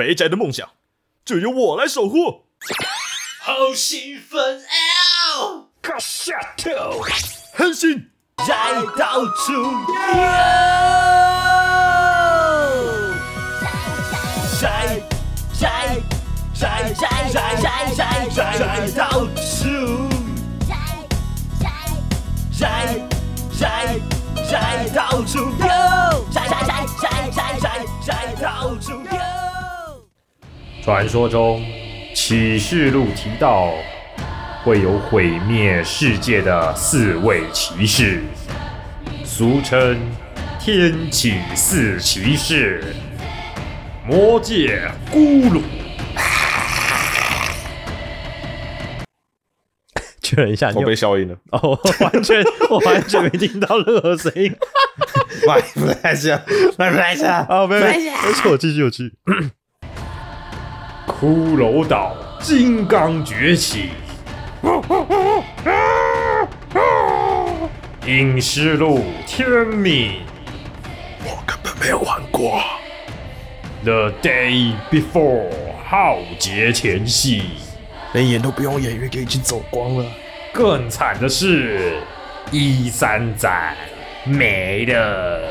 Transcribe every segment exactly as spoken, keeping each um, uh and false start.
肥宅的梦想就由我来守护。 好兴奋啊！ 卡下头，狠心宅到处游，宅宅宅宅宅宅宅宅宅到处，宅宅宅到处游，宅宅宅宅宅宅宅到处游。 传说中，启示录提到会有毁灭世界的四位骑士，俗称天启四骑士，魔界咕噜。 确认一下， 我被消音了。 哦，完全我完全没听到任何声音。 来，来一下，来来一下。 哦，没有，没事，我继续，我继续。 骷髅岛金刚崛起，阴尸路天命， 我根本没有玩过。 The day before 浩劫前夕， 连演都不用演，因为已经走光了。 更惨的是，一三仔没了。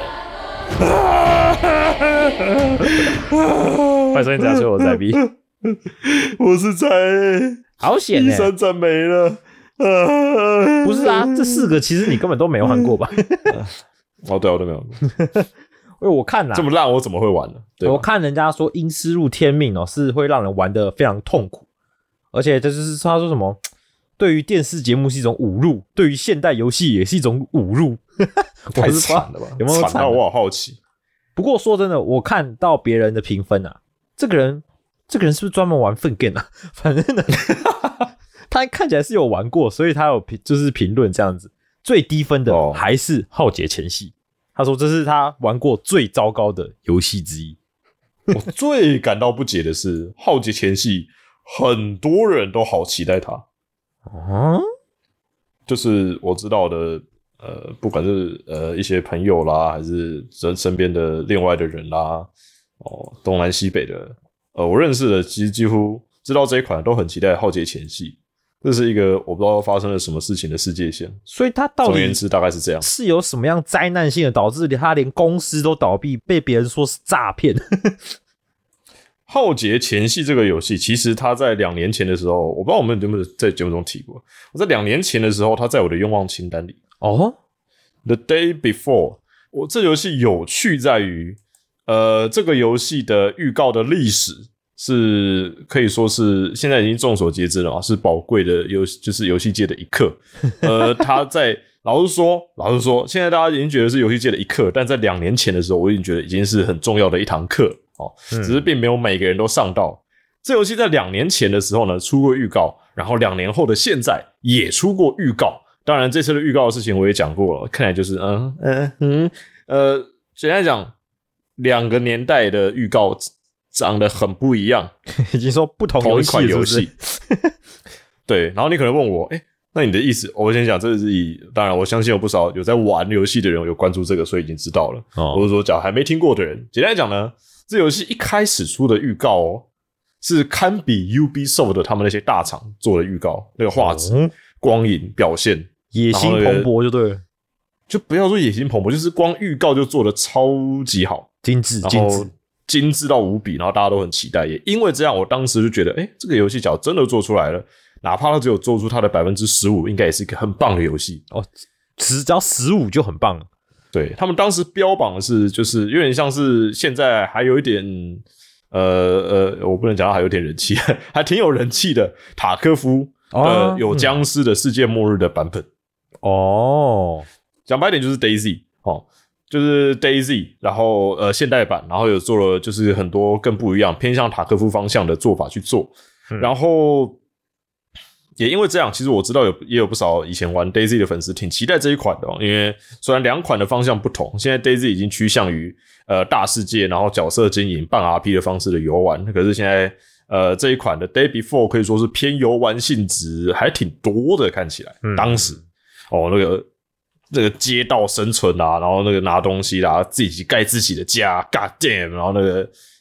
欢迎收听《杂碎我是仔 B》， 我是仔， 好险欸！ 一三仔没了。 不是啊，这四个其实你根本都没玩过吧？ 哦，对，我都没有玩过。 因为我看啦， 这么烂，我怎么会玩呢？ 我看人家说阴尸路天命哦，是会让人玩得非常痛苦，而且这就是他说什么，对于电视节目是一种侮辱，对于现代游戏也是一种侮辱。 太惨了吧？ 有没有惨到我好好奇。 不过说真的，我看到别人的评分啊，这个人，这个人是不是专门玩粪 game 啊？反正呢，他看起来是有玩过，所以他有就是评论这样子。最低分的还是浩劫前夕，他说这是他玩过最糟糕的游戏之一。 我最感到不解的是，浩劫前夕很多人都好期待他。 哦， 就是我知道的，呃，不管是呃一些朋友啦，还是身身边的另外的人啦，哦，东南西北的，呃，我认识的其实几乎知道这一款都很期待浩劫前夕。这是一个我不知道发生了什么事情的世界线， 所以他到底总而言之大概是这样， 是有什么样灾难性的导致他连公司都倒闭，被别人说是诈骗？ 浩劫前夕这个游戏，其实它在两年前的时候，我不知道我们有没有在节目中提过。我在两年前的时候，它在我的愿望清单里。 哦 ，The day before， 我这游戏有趣在于，呃，这个游戏的预告的历史是可以说是现在已经众所皆知了嘛，是宝贵的游就是游戏界的一课。呃，它在老实说，老实说，现在大家已经觉得是游戏界的一课，但在两年前的时候，我已经觉得已经是很重要的一堂课。哦，只是并没有每个人都上到。这游戏在两年前的时候呢出过预告，然后两年后的现在也出过预告。当然这次的预告的事情我也讲过了，看来就是嗯嗯嗯呃，简单讲，两个年代的预告长得很不一样， 已经说不同同一款游戏。 是不是对，然后你可能问我，哎、欸，那你的意思？我先讲，这是以当然我相信有不少有在玩游戏的人有关注这个，所以已经知道了。哦，或者说假如还没听过的人，简单来讲呢。这游戏一开始出的预告哦，是堪比 Ubisoft 的他们那些大厂做的预告，那个画质、嗯、光影表现， 野心蓬勃就对了。 就不要说野心蓬勃，就是光预告就做的超级好， 精致，精致， 精致到无比，然后大家都很期待。也因为这样，我当时就觉得，哎，这个游戏假如真的做出来了，哪怕它只有做出它的 百分之十五，应该也是一个很棒的游戏哦。只要十五就很棒了。 对，他们当时标榜的是，就是有点像是现在还有一点，呃呃，我不能讲到还有点人气，还挺有人气的塔科夫，哦、呃，有僵尸的世界末日的版本。哦，讲白点就是 DayZ 哦，就是 DayZ， 然后呃现代版，然后有做了就是很多更不一样、偏向塔科夫方向的做法去做，嗯、然后。也因为这样，其实我知道有也有不少以前玩 DayZ 的粉丝挺期待这一款的哦，因为虽然两款的方向不同，现在 DayZ 已经趋向于呃大世界，然后角色经营半 R P 的方式的游玩，可是现在呃这一款的 Day Before 可以说是偏游玩性质还挺多的，看起来，嗯、当时哦那个那个街道生存啊，然后那个拿东西啦，自己盖自己的家 ，God damn， 然后那个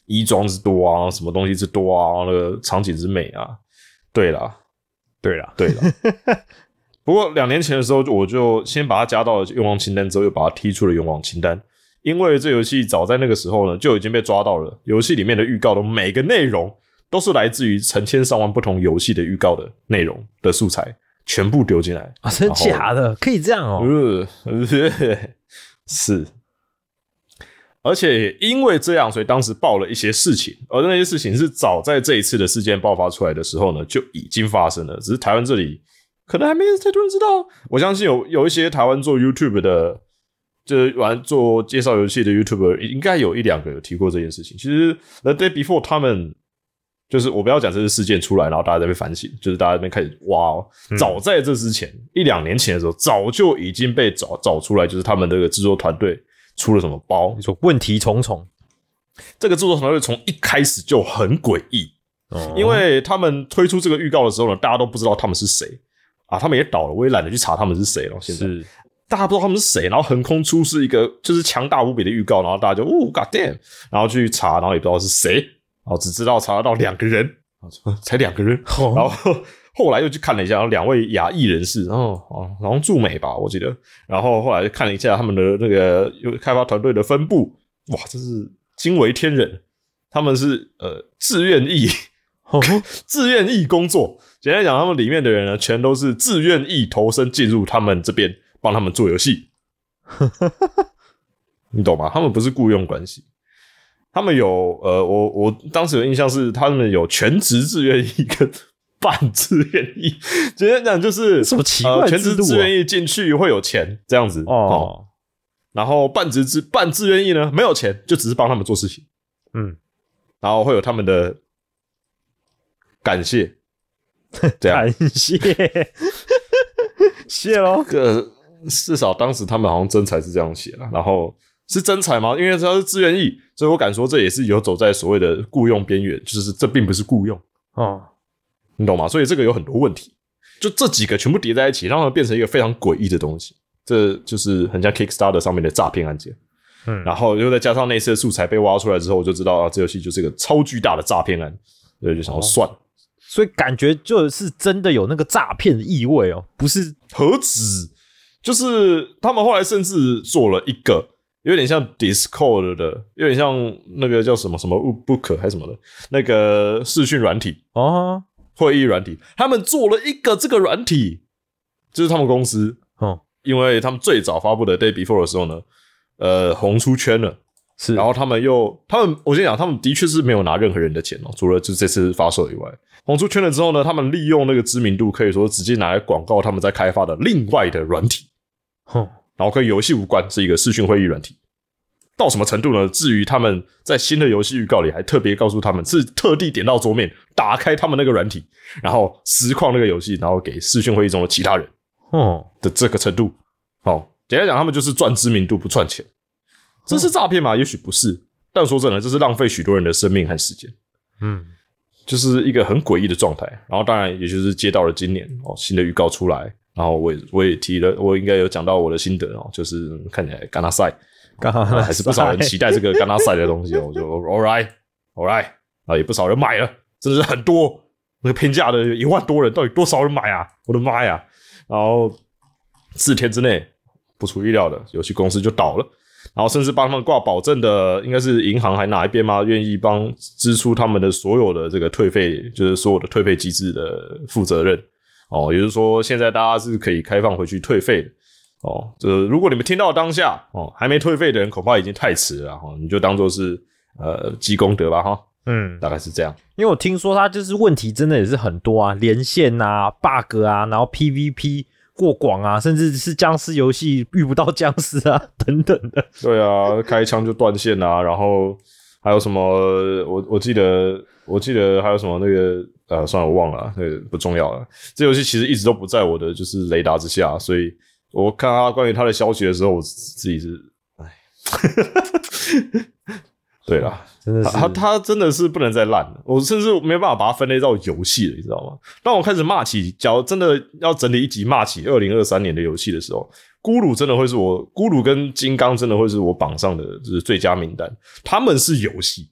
衣装之多啊，什么东西之多啊，那个场景之美啊。对啦， 对啦， 对啦。不过两年前的时候，我就先把它加到了愿望清单，之后又把它踢出了愿望清单，因为这游戏早在那个时候呢就已经被抓到了，游戏里面的预告的每个内容都是来自于成千上万不同游戏的预告的内容的素材，全部丢进来啊！真假的？可以这样哦？ 呃，是。而且因为这样，所以当时爆了一些事情，而那些事情是早在这一次的事件爆发出来的时候呢就已经发生了，只是台湾这里可能还没太多人知道。我相信有有一些台湾做 YouTube 的，就是玩做介绍游戏的 YouTuber， 应该有一两个有提过这件事情。其实 The Day Before 他们就是我不要讲这是事件出来，然后大家在那边反省，就是大家在那边开始挖、哦嗯。早在这之前一两年前的时候，早就已经被找找出来，就是他们这个制作团队出了什么包， 你说问题重重。 这个制作团队从一开始就很诡异、哦，因为他们推出这个预告的时候呢，大家都不知道他们是谁啊，他们也倒了，我也懒得去查他们是谁了。现在是大家不知道他们是谁，然后横空出世一个就是强大无比的预告，然后大家就哦 God damn， 然后去查，然后也不知道是谁，然后只知道查得到两个人，才两个人，哦、然后后来又去看了一下，然后两位亚裔人士，然后啊，然后驻美吧，我记得，然后后来看了一下他们的那个开发团队的分布，哇，真是惊为天人，他们是呃自愿役，哦、自愿役工作，简单讲，他们里面的人呢，全都是自愿役投身进入他们这边帮他们做游戏，你懂吗？他们不是雇佣关系。他们有呃，我我当时有印象是，他们有全职自愿役跟半自愿役。简单讲就是什么奇怪的制度啊、 呃、全职自愿役进去会有钱这样子哦、哦，然后半职自半自愿役呢没有钱，就只是帮他们做事情，嗯，然后会有他们的感谢，这样感谢，谢咯。 呃，至少当时他们好像真才是这样写了，然后。是真才吗？因为他是自愿役，所以我敢说这也是有走在所谓的雇佣边缘，就是这并不是雇佣哦，你懂吗？所以这个有很多问题，就这几个全部叠在一起，让它变成一个非常诡异的东西，这就是很像 Kickstarter 上面的诈骗案件。嗯，然后又再加上那次的素材被挖出来之后，我就知道啊，这游戏就是一个超巨大的诈骗案，所以就想要算、哦， 所以感觉就是真的有那个诈骗的意味哦，不是何止，就是他们后来甚至做了一个。有点像 Discord 的，有点像那个叫什么什么 Book 还是什么的，那个视讯软体哦，会议软体，他们做了一个这个软体，就是他们公司哦，因为他们最早发布的 Day Before 的时候呢，呃，红出圈了，是，然后他们又，他们我先讲，他们的确是没有拿任何人的钱哦，除了就这次发售以外，红出圈了之后呢，他们利用那个知名度，可以说直接拿来广告他们在开发的另外的软体，哼。然后跟游戏无关，是一个视讯会议软体。到什么程度呢？至于他们在新的游戏预告里还特别告诉他们，是特地点到桌面，打开他们那个软体，然后实况那个游戏，然后给视讯会议中的其他人，哦的这个程度。哦，简单讲，他们就是赚知名度不赚钱。这是诈骗吗？也许不是，但说真的，这是浪费许多人的生命和时间。嗯，就是一个很诡异的状态。然后当然，也就是接到了今年哦新的预告出来。然后我也我也提了，我应该有讲到我的心得哦，就是看起来干拉赛，还是不少人期待这个干拉赛的东西哦，我就 all right all right， 啊也不少人买了，真的是很多，那个评价的一万多人，到底多少人买啊？我的妈呀！然后四天之内，不出意料的，游戏公司就倒了，然后甚至帮他们挂保证的，应该是银行还哪一边吗？愿意帮支出他们的所有的这个退费，就是所有的退费机制的负责任。哦，也就是说，现在大家是可以开放回去退费的。哦，这如果你们听到当下哦还没退费的人，恐怕已经太迟了哈，你就当做是呃积功德吧哈。嗯，大概是这样。 因为我听说它就是问题真的也是很多啊，连线啊、bug 啊，然后 P V P 过广啊，甚至是僵尸游戏遇不到僵尸啊等等的。 对啊，开枪就断线啊，然后还有什么？我我记得我记得还有什么那个。呃，算了，我忘了，那个不重要了。这游戏其实一直都不在我的就是雷达之下，所以我看他关于他的消息的时候，我自己是，哎，对啦， 真的是他他真的是不能再烂了，我甚至没办法把它分类到游戏了，你知道吗？当我开始骂起，假如真的要整理一集骂起二零二三年的游戏的时候，咕噜真的会是我，咕噜跟金刚真的会是我榜上的就是最佳名单，他们是游戏。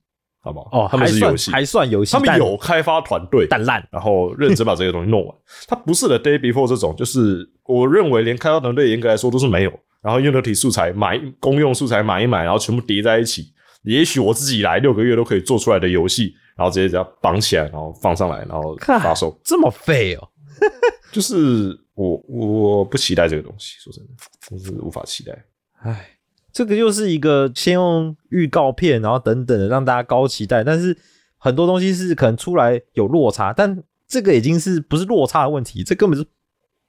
好不好？ 哦， 他们是游戏， 还算游戏， 他们有开发团队， 但烂， 然后认真把这个东西弄完。它不是 The Day Before 这种，就是我认为连开发团队严格来说都是没有，然后 Unity 素材买公用素材买一买，然后全部叠在一起，也许我自己来六个月都可以做出来的游戏，然后直接只要绑起来，然后放上来，然后发售， 这么废哦。 就是我我不期待这个东西，说真的，我是无法期待。 唉，这个又是一个先用预告片，然后等等的让大家高期待，但是很多东西是可能出来有落差，但这个已经是不是落差的问题，这根本是 bullshit 。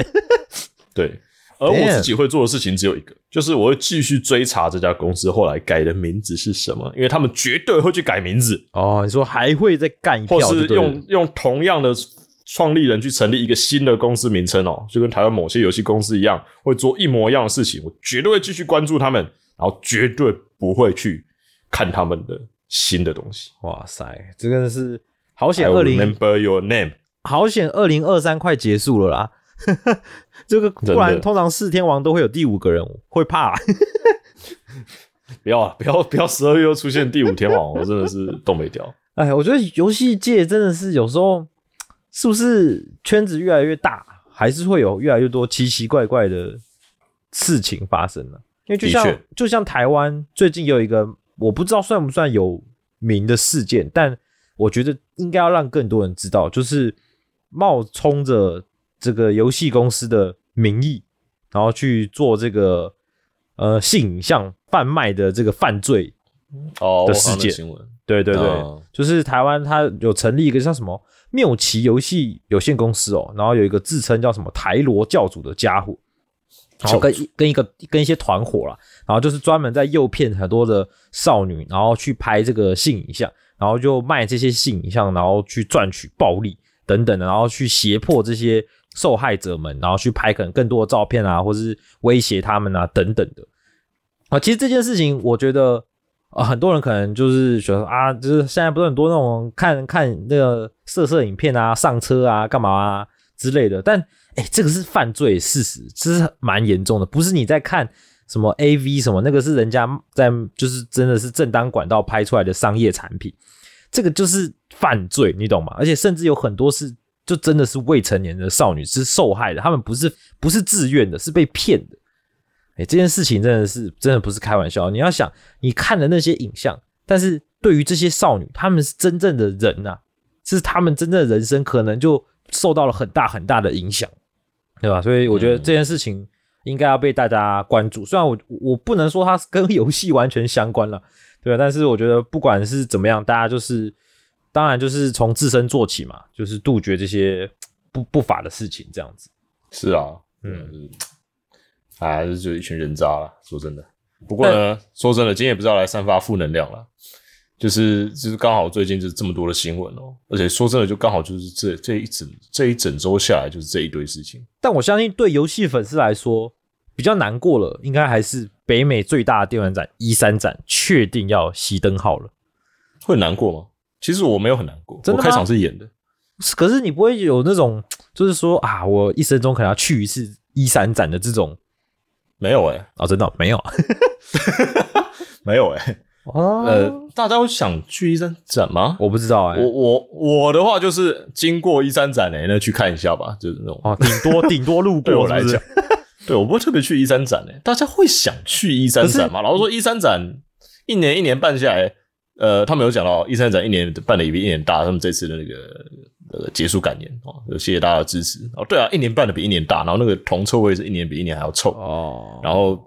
对，而我自己会做的事情只有一个，就是我会继续追查这家公司后来改的名字是什么，因为他们绝对会去改名字。 哦，你说还会再干一票， 或是用用同样的创立人去成立一个新的公司名称哦，就跟台湾某些游戏公司一样，会做一模一样的事情。我绝对会继续关注他们，然后绝对不会去看他们的新的东西。 哇塞，这个是好险！二零 remember your name， 好险！二零二三快结束了啦，这个不然通常四天王都会有第五个人，会怕。 不要不要不要！十二月又出现第五天王，我真的是动没掉。 哎，我觉得游戏界真的是有时候。是不是圈子越来越大，还是会有越来越多奇奇怪怪的事情发生呢？因为就像就像台湾最近有一个我不知道算不算有名的事件，但我觉得应该要让更多人知道，就是冒充着这个游戏公司的名义，然后去做这个呃性影像贩卖的这个犯罪的事件。 哦， 对对对，哦、就是台湾它有成立一个叫什么谬奇游戏有限公司哦，然后有一个自称叫什么台罗教主的家伙，然后跟跟一个跟一些团伙啦，然后就是专门在诱骗很多的少女，然后去拍这个性影像，然后就卖这些性影像，然后去赚取暴利等等的，然后去胁迫这些受害者们，然后去拍可能更多的照片啊，或是威胁他们啊等等的。啊，其实这件事情我觉得。呃，很多人可能就是觉得啊，就是现在不是很多那种看看那个色色影片啊、上车啊、干嘛啊之类的，但哎、欸，这个是犯罪事实，这是蛮严重的，不是你在看什么 A V 什么，那个是人家在就是真的是正当管道拍出来的商业产品，这个就是犯罪，你懂吗？而且甚至有很多是就真的是未成年的少女是受害的，他们不是不是自愿的，是被骗的。欸，这件事情真的是真的不是开玩笑。你要想，你看了那些影像，但是对于这些少女，她们是真正的人啊，是她们真正的人生可能就受到了很大很大的影响，对吧？所以我觉得这件事情应该要被大家关注。虽然我我不能说它跟游戏完全相关了，对吧？但是我觉得不管是怎么样，大家就是当然就是从自身做起嘛，就是杜绝这些不不法的事情，这样子。 是啊，嗯。哎，这就一群人渣啦，说真的。不过呢，说真的，今天也不是要来散发负能量啦，就是就是刚好最近就是这么多的新闻哦，而且说真的，就刚好就是这这一整这一整周下来就是这一堆事情。 但我相信对游戏粉丝来说，比较难过了，应该还是北美最大的电玩展 E 三 展确定要熄灯号了。 会难过吗？其实我没有很难过，我开场是演的。 可是你不会有那种，就是说啊，我一生中可能要去一次 E 三 展的这种。 没有哎、欸， 哦，真的、哦、没有， 没有哎、欸，哦，呃，大家会想去 E 三 展吗？ 我不知道哎、欸， 我我我的话就是经过 E 三 展哎、欸，那去看一下吧，就是那种哦，顶多顶多路过， 对我来讲，对我不会特别去 E 三 展哎、欸，大家会想去 E 三 展吗？老实说 E 三 展一年一年办下来，呃，他们有讲到 E 三 展一年办的也比一年大，他们这次的那个呃结束感言哦，谢谢大家的支持哦。对啊，一年办的比一年大，然后那个铜臭味是一年比一年还要臭哦。然后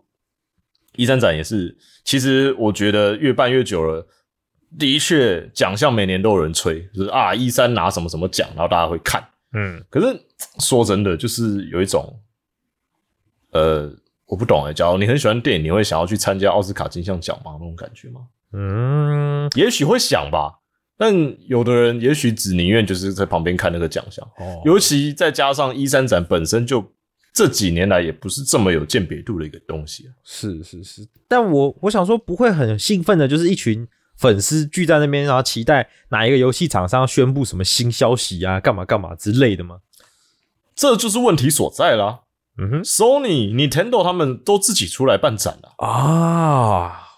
E 三 展也是，其实我觉得越办越久了，的确奖项每年都有人吹，就是啊 E 三 拿什么什么奖，然后大家会看，嗯。可是说真的，就是有一种，呃，我不懂哎、欸，假如你很喜欢电影，你会想要去参加奥斯卡金像奖吗？那种感觉吗？嗯，也许会想吧。但有的人也许只宁愿就是在旁边看那个奖项，哦，尤其再加上 E 三 展本身就这几年来也不是这么有鉴别度的一个东西、啊、 是是是，但我我想说不会很兴奋的，就是一群粉丝聚在那边，然后期待哪一个游戏厂商宣布什么新消息啊，干嘛干嘛之类的吗？ 这就是问题所在啦。嗯哼 ，Sony、Nintendo 他们都自己出来办展了啊。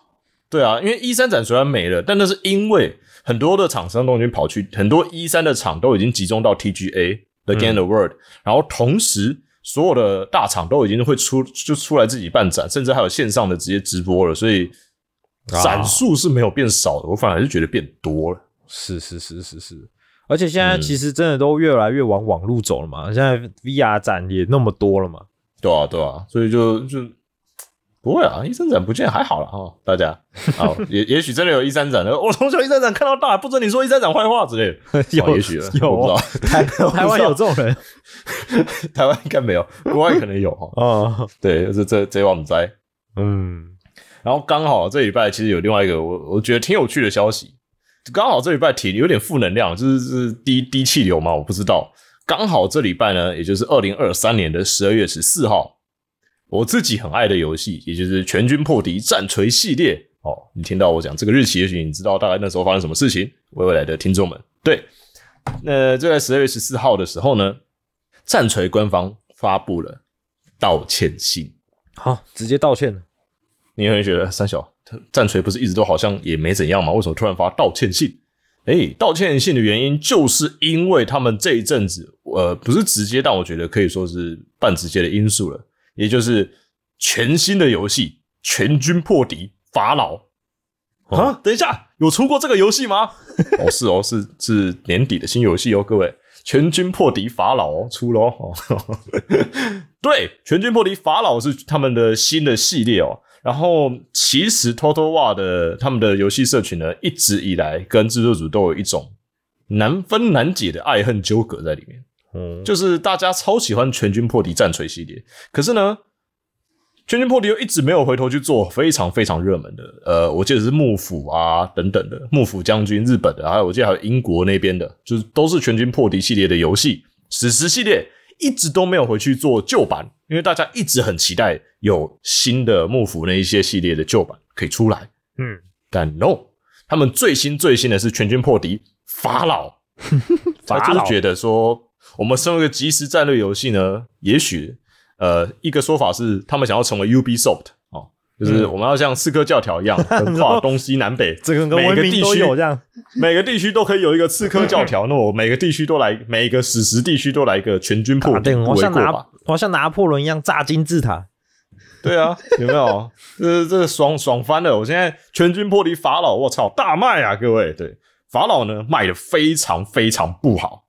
对啊，因为一三展虽然没了，但那是因为很多的厂商都已经跑去，很多一三的厂都已经集中到 T G A 的 Game Award，、嗯、然后同时所有的大厂都已经会出就出来自己办展，甚至还有线上的直接直播了，所以展数是没有变少的，我反而是觉得变多了。 是是是是是，而且现在其实真的都越来越往网路走了嘛，嗯、现在 V R 展也那么多了嘛。 对啊对啊，所以就就不会啊，一三展不见还好啦齁，大家好也也许真的有一三展的，我从小一三展看到大，不准你说一三展坏话之类的，有也许有， 我不知道台台湾有这种人， 台湾应该没有，国外可能有齁。哦，对，这这这我们在嗯，然后刚好这礼拜其实有另外一个我我觉得挺有趣的消息，刚好这礼拜体有点负能量，就是是低低气流嘛，我不知道。刚好这礼拜呢，也就是二零二三年的十二月十四号，我自己很爱的游戏，也就是全军破敌战锤系列。哦，你听到我讲这个日期，也许你知道大概那时候发生什么事情。未来的听众们，对，那就在十二月十四号的时候呢，战锤官方发布了道歉信。 好，直接道歉了。 你会觉得三小战锤不是一直都好像也没怎样吗？为什么突然发道歉信？诶，道歉信的原因就是因为他们这一阵子，呃，不是直接，但我觉得可以说是半直接的因素了，也就是全新的游戏《全军破敌法老》啊、哦，等一下，有出过这个游戏吗？哦，是哦，是是年底的新游戏哦，各位，《全军破敌法老》哦，出咯哦。对，《全军破敌法老》是他们的新的系列哦。然后其实 Total War 的他们的游戏社群呢，一直以来跟制作组都有一种难分难解的爱恨纠葛在里面。嗯，就是大家超喜欢全军破敌战锤系列，可是呢，全军破敌又一直没有回头去做非常非常热门的，呃，我记得是幕府啊等等的，幕府将军日本的，还有我记得还有英国那边的，就是都是全军破敌系列的游戏，史实系列一直都没有回去做旧版，因为大家一直很期待有新的幕府那一些系列的旧版可以出来。嗯，但 no， 他们最新最新的是全军破敌法老。法老就是觉得说，我们身为一个即时战略游戏呢，也许呃一个说法是他们想要成为 Ubisoft 哦，就是我们要像刺客教条一样，横跨东西南北， 这个每个地区都有这样， 每个地区都可以有一个刺客教条。那我每个地区都来，每个史实地区都来一个全军破敌，不为过吧？ 我像拿破仑一样炸金字塔。 对啊，有没有？这这个爽爽翻了！我现在全军破敌法老，我操，大卖啊，各位！对，法老呢卖的非常非常不好。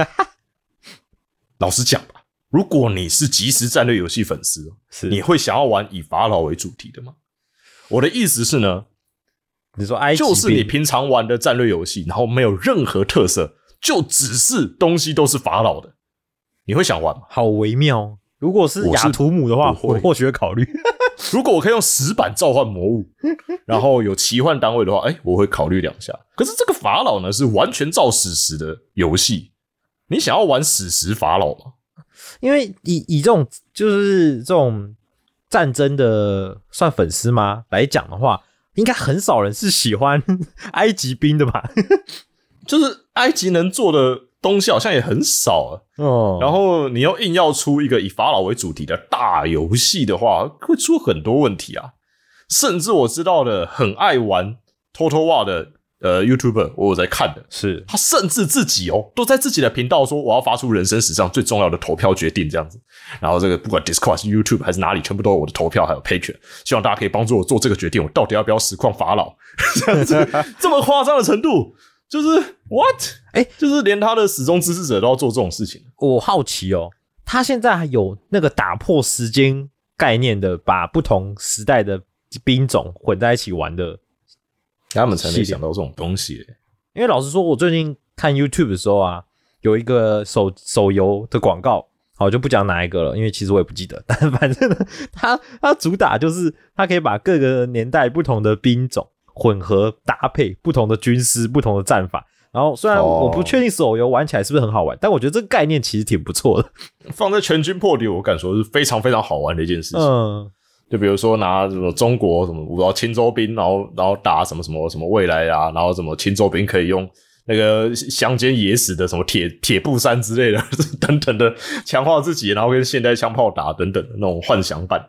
老实讲吧，如果你是即时战略游戏粉丝，你会想要玩以法老为主题的吗？我的意思是呢， 你说埃及就是你平常玩的战略游戏，然后没有任何特色，就只是东西都是法老的，你会想玩吗？ 好微妙。如果是亚图姆的话，我或许会考虑。 如果我可以用石板召唤魔物，然后有奇幻单位的话，哎、欸，我会考虑两下。可是这个法老呢，是完全照史实的游戏，你想要玩史实法老吗？ 因为以以这种就是这种战争的算粉丝吗来讲的话，应该很少人是喜欢埃及兵的吧？ 就是埃及能做的东西好像也很少啊。哦，然后你又硬要出一个以法老为主题的大游戏的话，会出很多问题啊。甚至我知道的很爱玩 Total War 的呃 YouTuber， 我有在看的， 是他甚至自己哦都在自己的频道说我要发出人生史上最重要的投票决定这样子。然后这个不管 Discord、YouTube 还是哪里，全部都有我的投票还有 Patreon， 希望大家可以帮助我做这个决定，我到底要不要实况法老这样子这么夸张的程度。就是 what？ 哎、欸，就是连他的始终支持者都要做这种事情。 我好奇哦，他现在还有那个打破时间概念的，把不同时代的兵种混在一起玩的， 他们才能想到这种东西。 因为老实说，我最近看 YouTube 的时候啊，有一个手手游的广告，好，我就不讲哪一个了，因为其实我也不记得。但反正呢，它它主打就是它可以把各个年代不同的兵种混合搭配，不同的军师、不同的战法。然后虽然我不确定手游玩起来是不是很好玩，但我觉得这个概念其实挺不错的。 放在全军破敌，我敢说是非常非常好玩的一件事情。嗯，就比如说拿什么中国什么，然后青州兵，然后然后打什么什么什么未来啊，然后什么青州兵可以用那个乡间野史的什么铁铁布衫之类的等等的强化自己，然后跟现代枪炮打等等的那种幻想版的。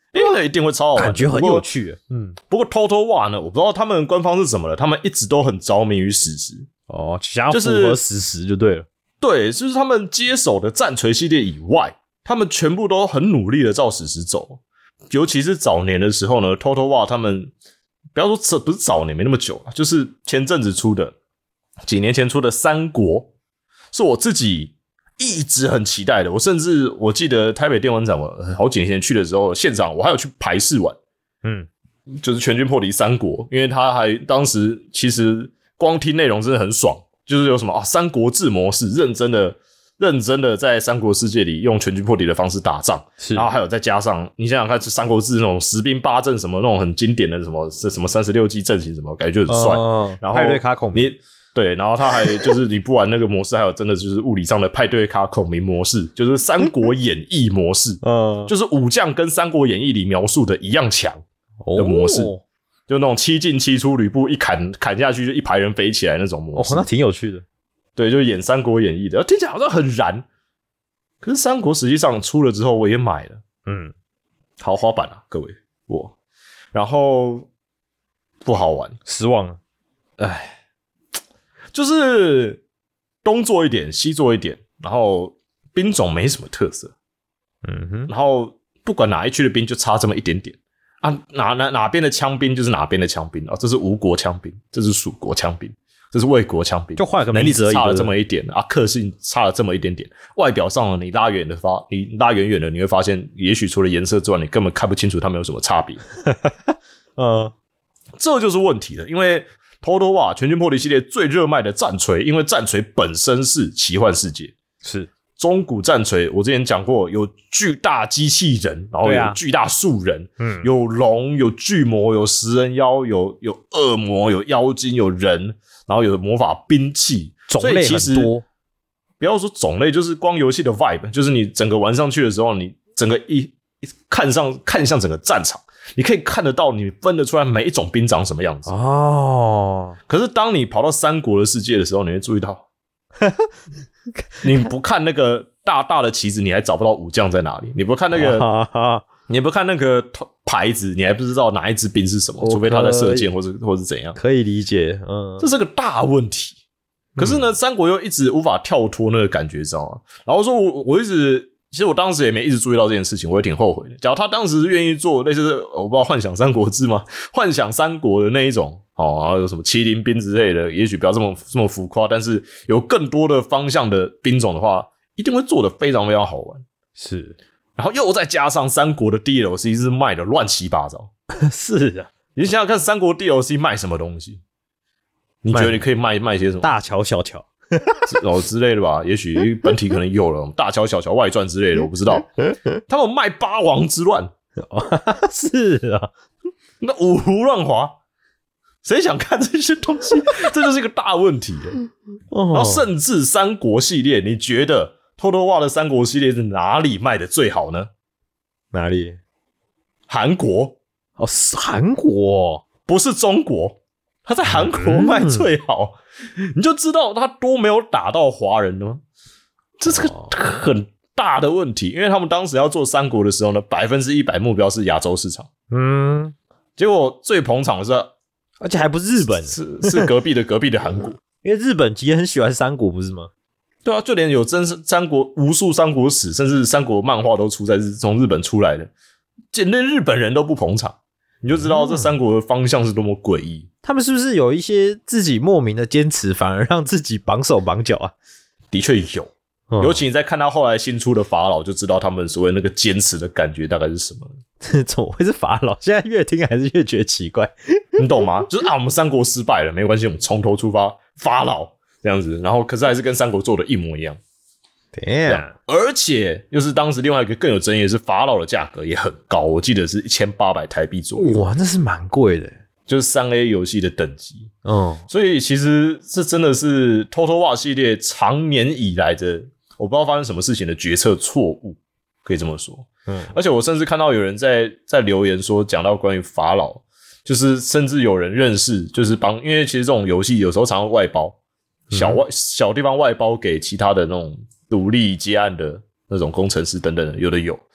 因为那一定会超好玩， 感觉很有趣。嗯， 不过 Total War 呢，我不知道他们官方是怎么了，他们一直都很着迷于史实。 哦，想要符合史实就对了。 对，就是他们接手的战锤系列以外，他们全部都很努力的照史实走。尤其是早年的时候呢 ，Total War 他们不要说这不是早年没那么久了，就是前阵子出的，几年前出的《三国》，是我自己一直很期待的。我甚至我记得台北电玩展，我好几年前去的时候，现场我还有去排试玩， 嗯， 就是全军破敌三国，因为他还当时其实光听内容真的很爽，就是有什么啊三国志模式，认真的认真的在三国世界里用全军破敌的方式打仗， 是， 然后还有再加上你想想看，三国志那种十兵八阵什么那种很经典的什么什么三十六计阵型什么，感觉就很帅， 哦、 然后派对卡孔明。 对，然后他还就是你不玩那个模式，还有真的就是物理上的派对卡孔明模式，就是《三国演义》模式， 嗯， 就是武将跟《三国演义》里描述的一样强的模式。哦，就那种七进七出，吕布一砍砍下去就一排人飞起来那种模式。 哦，那挺有趣的。 对，就演《三国演义》的，听起来好像很燃。可是三国实际上出了之后，我也买了， 嗯， 豪华版啊，各位我，然后不好玩， 失望了。 唉，就是东做一点，西做一点，然后兵种没什么特色， 嗯哼， 然后不管哪一区的兵就差这么一点点。啊，哪哪哪边的枪兵就是哪边的枪兵啊，这是吴国枪兵，这是蜀国枪兵，这是魏国枪兵， 就换个能力名字而已， 差了这么一点啊，克性差了这么一点点，外表上呢，你拉远的发，你拉远远的，你会发现，也许除了颜色之外，你根本看不清楚他们有什么差别。 呃， 这就是问题了，因为 Total War 全军破敌系列最热卖的战锤，因为战锤本身是奇幻世界， 是。 中古战锤，我之前讲过，有巨大机器人，然后有巨大树人， 嗯， 有龙，有巨魔，有食人妖，有有恶魔，有妖精，有人，然后有魔法兵器， 种类很多。 不要说种类，就是光游戏的 vibe， 就是你整个玩上去的时候，你整个一一看上看向整个战场，你可以看得到，你分得出来每一种兵长什么样子。 哦， 可是当你跑到三国的世界的时候，你会注意到。你不看那个大大的旗子，你还找不到武将在哪里。你不看那个，你不看那个牌子，你还不知道哪一支兵是什么，除非他在射箭或者或者怎样。 可以理解，嗯， 这是个大问题。可是呢，嗯、三国又一直无法跳脱那个感觉，知道吗？然后说我我一直，其实我当时也没一直注意到这件事情，我也挺后悔的。假如他当时愿意做类似我不知道幻想三国志吗？幻想三国的那一种。哦，然后有什么麒麟兵之类的，也许不要这么这么浮夸，但是有更多的方向的兵种的话，一定会做得非常非常好玩。 是， 然后又再加上三国的 D L C 是卖的乱七八糟。 是啊， 你想想看，三国 D L C 卖什么东西？你觉得你可以卖卖些什么？ 大乔小乔哦之类的吧？也许本体可能有了大乔小乔外传之类的，我不知道。他们卖八王之乱， 是啊， 那五胡乱华。谁想看这些东西？这就是一个大问题了。 哦、 然后甚至三国系列，你觉得 Total War 的三国系列是哪里卖的最好呢？ 哪里？ 韩国哦，是韩国， 不是中国。他在韩国卖最好，嗯、你就知道他多没有打到华人了吗？这是个很大的问题，因为他们当时要做三国的时候呢，百分之一百目标是亚洲市场。 嗯， 结果最捧场的是。 而且还不是日本， 是是隔壁的隔壁的韩国， 因为日本其实很喜欢三国，不是吗？ 对啊，就连有真三国无数三国史，甚至三国漫画都出在日从日本出来的，连日本人都不捧场，你就知道这三国的方向是多么诡异。 嗯、他们是不是有一些自己莫名的坚持，反而让自己绑手绑脚啊？ 的确有。嗯、尤其你在看到后来新出的法老，就知道他们所谓那个坚持的感觉大概是什么。 怎么会是法老？现在越听还是越觉得奇怪， 你懂吗？就是啊，我们三国失败了，没关系，我们从头出发，法老这样子，然后可是还是跟三国做的一模一样。 Damn， 而且又是当时另外一个更有争议的是，法老的价格也很高，我记得是一千八百台币左右。 哇，那是蛮贵的， 就是三 A 游戏的等级。 嗯， 所以其实这真的是 Total War 系列长年以来的。我不知道发生什么事情的决策错误，可以这么说。嗯，而且我甚至看到有人在在留言说，讲到关于法老，就是甚至有人认识，就是帮，因为其实这种游戏有时候常常外包，小外、嗯、小地方外包给其他的那种独立接案的那种工程师等等的，有的有。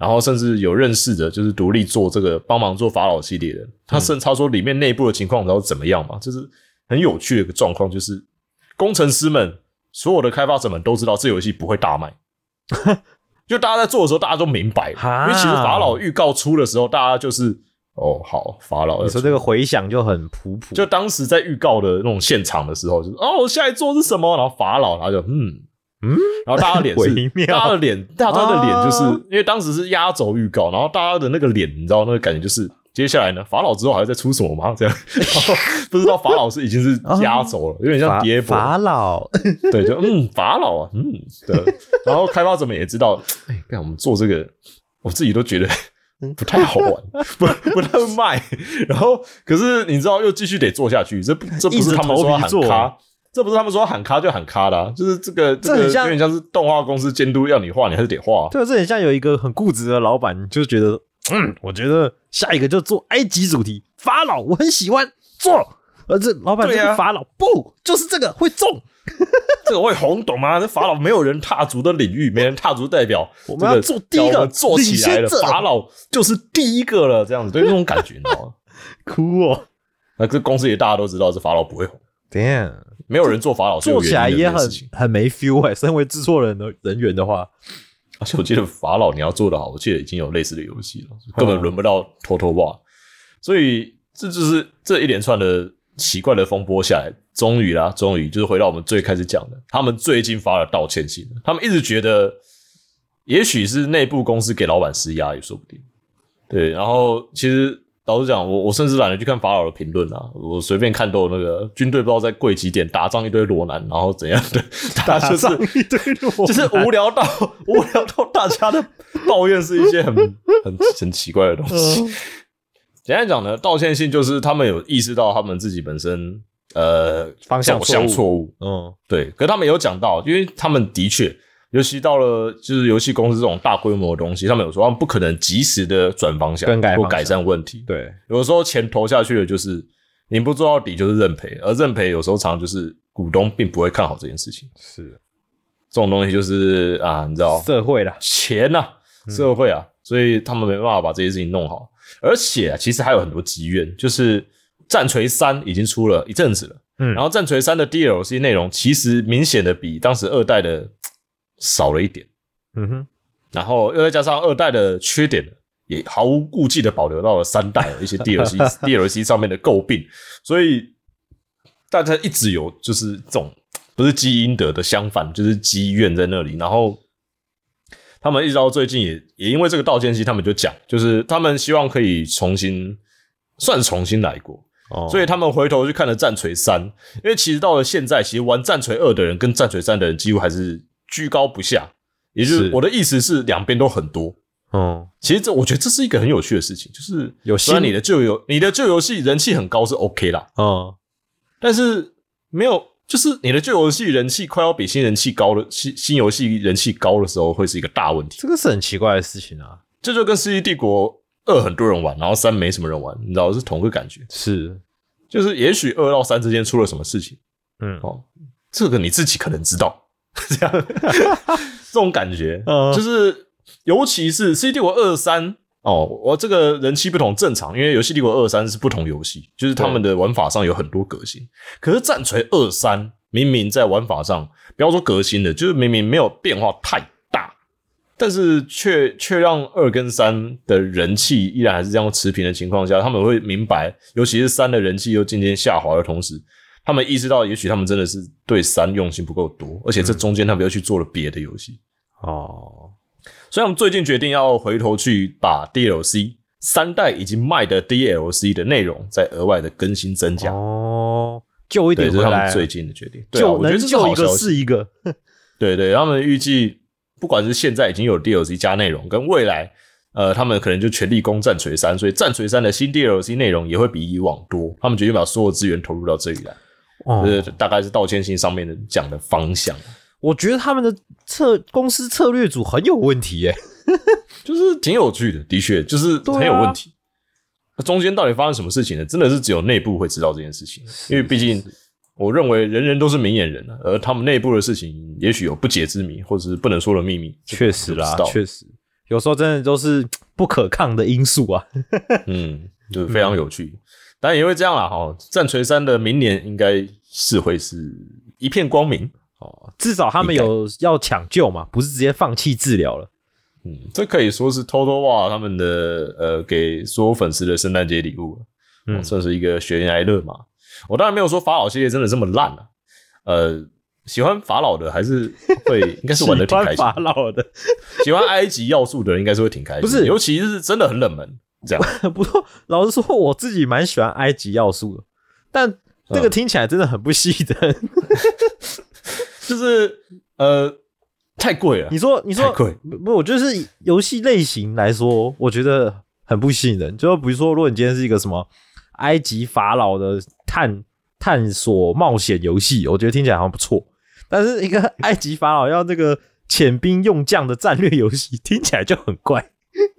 然后甚至有认识的，就是独立做这个帮忙做法老系列的，他甚至他说里面内部的情况然后怎么样嘛，这是很有趣的一个状况，就是工程师们所有的开发者们都知道这游戏不会大卖。就大家在做的时候大家都明白，因为其实法老预告出的时候大家就是哦好法老， 你说这个回响就很普普， 就当时在预告的那种现场的时候就是哦下一座是什么，然后法老然后就嗯嗯，然后大家的脸是大家的脸大家的脸就是、啊、因为当时是压轴预告，然后大家的那个脸你知道那个感觉就是接下来呢法老之后还会再出什么吗这样然后不知道法老是已经是压轴了、哦、有点像跌波法老对就嗯法老啊嗯对，然后开发者们也知道哎干我们做这个我自己都觉得不太好玩不不太会卖，然后可是你知道又继续得做下去，这这不是他们说喊卡，这不是他们说喊卡就喊卡的、啊、就是这个这个有点像是动画公司监督要你画你还是得画、啊、 对，这很像有一个很固执的老板就觉得嗯我觉得下一个就做埃及主题法老我很喜欢做，而这老板这个法老、啊、不就是这个会中这个会红懂吗？这法老没有人踏足的领域，没人踏足代表我们要做第一个， 我们做起来了，法老就是第一个了，这样子，对那种感觉，你知道吗？ 酷哦！ 那这公司也大家都知道，这法老不会红。 Damn， 没有人做法老， 做起来也很很没 feel 哎、欸。身为制作人的人员的话， 而且我记得法老你要做得好，我记得已经有类似的游戏了，根本轮不到 Total War。所以这就是这一连串的奇怪的风波下来。终于啦，终于就是回到我们最开始讲的，他们最近发了道歉信，他们一直觉得也许是内部公司给老板施压也说不定。对，然后其实老实讲，我我甚至懒得去看法老的评论啊，我随便看都有那个军队不知道在跪几点打仗一堆裸男，然后怎样的， 打仗一堆裸男， 就是无聊到无聊到大家的抱怨是一些很很很奇怪的东西。简单讲呢，道歉信就是他们有意识到他们自己本身。呃， 方向错误，嗯，对。可是他们有讲到，因为他们的确，尤其到了就是游戏公司这种大规模的东西，他们有说他们不可能及时的转方向， 更改或改善问题。 对， 有的时候钱投下去的就是你不做到底就是认赔，而认赔有时候常常就是股东并不会看好这件事情。 是， 这种东西就是啊，你知道， 社会啦， 钱啊，社会啊，嗯、所以他们没办法把这些事情弄好。而且、啊、其实还有很多积怨，就是。战锤三已经出了一阵子了，嗯，然后战锤三的 D L C 内容其实明显的比当时二代的少了一点，嗯哼，然后又再加上二代的缺点也毫无顾忌的保留到了三代的一些 D L C D L C 上面的诟病，所以大家一直有就是这种不是积阴德的相反，就是积怨在那里，然后他们一直到最近也也因为这个道歉信，他们就讲，就是他们希望可以重新算重新来过。Oh. 所以他们回头去看了战锤三，因为其实到了现在，其实玩战锤二的人跟战锤三的人几乎还是居高不下，也就是我的意思是两边都很多。嗯，其实这我觉得这是一个很有趣的事情，就是有虽然你的旧游你的旧游戏人气很高是 OK 啦，嗯，但是没有就是你的旧游戏人气快要比新人气高的新新游戏人气高的时候，会是一个大问题。 这个是很奇怪的事情啊， 这就跟《世纪帝国》二很多人玩，然后三没什么人玩，你知道是同一个感觉。 是， 就是也许二到三之间出了什么事情，嗯，哦，这个你自己可能知道，这样这种感觉，嗯，就是尤其是《世纪帝国二三》哦，我这个人气不同正常，因为《游戏帝国二三》是不同游戏，就是他们的玩法上有很多革新。可是《战锤二三》明明在玩法上，不要说革新的，就是明明没有变化太。但是却却让二跟三的人气依然还是这样持平的情况下，他们会明白，尤其是三的人气又渐渐下滑的同时，他们意识到，也许他们真的是对三用心不够多，而且这中间他们又去做了别的游戏。哦，所以我们最近决定要回头去把 D L C 三代已经卖的 D L C 的内容再额外的更新增加。 哦，救一点回来， 这是他们最近的决定。对啊， 救我觉得这是救一个好消息是一个。 对对，他们预计。不管是现在已经有 D L C 加内容，跟未来，呃，他们可能就全力攻战锤三，所以战锤三的新 D L C 内容也会比以往多。他们决定把所有资源投入到这里来，哦，呃，大概是道歉信上面的讲的方向。 我觉得他们的策公司策略组很有问题耶， 就是挺有趣的，的确就是很有问题。那、啊、中间到底发生什么事情呢？真的是只有内部会知道这件事情，因为毕竟。我认为人人都是明眼人，而他们内部的事情也许有不解之谜，或者是不能说的秘密。 确实啦，确实有时候真的都是不可抗的因素啊。 嗯，就是非常有趣。当然也会这样啦，哈，战锤三的明年应该是会是一片光明哦，至少他们有要抢救嘛，不是直接放弃治疗了。 嗯，这可以说是 Total War 他们的呃给所有粉丝的圣诞节礼物了，嗯、哦，算是一个悬崖勒马。我当然没有说法老系列真的这么烂啊，呃，喜欢法老的还是会应该是玩得挺开心。 喜欢法老的， 喜欢埃及要素的人应该是会挺开心的，不是，尤其是真的很冷门。这样， 不过老实说，我自己蛮喜欢埃及要素的，但这个听起来真的很不吸引人，嗯、 就是呃太贵了。 你说，你说太贵不？我就是游戏类型来说，我觉得很不吸引人。就比如说，如果你今天是一个什么埃及法老的探探索冒险游戏，我觉得听起来好像不错。但是一个埃及法老要这个遣兵用将的战略游戏，听起来就很怪。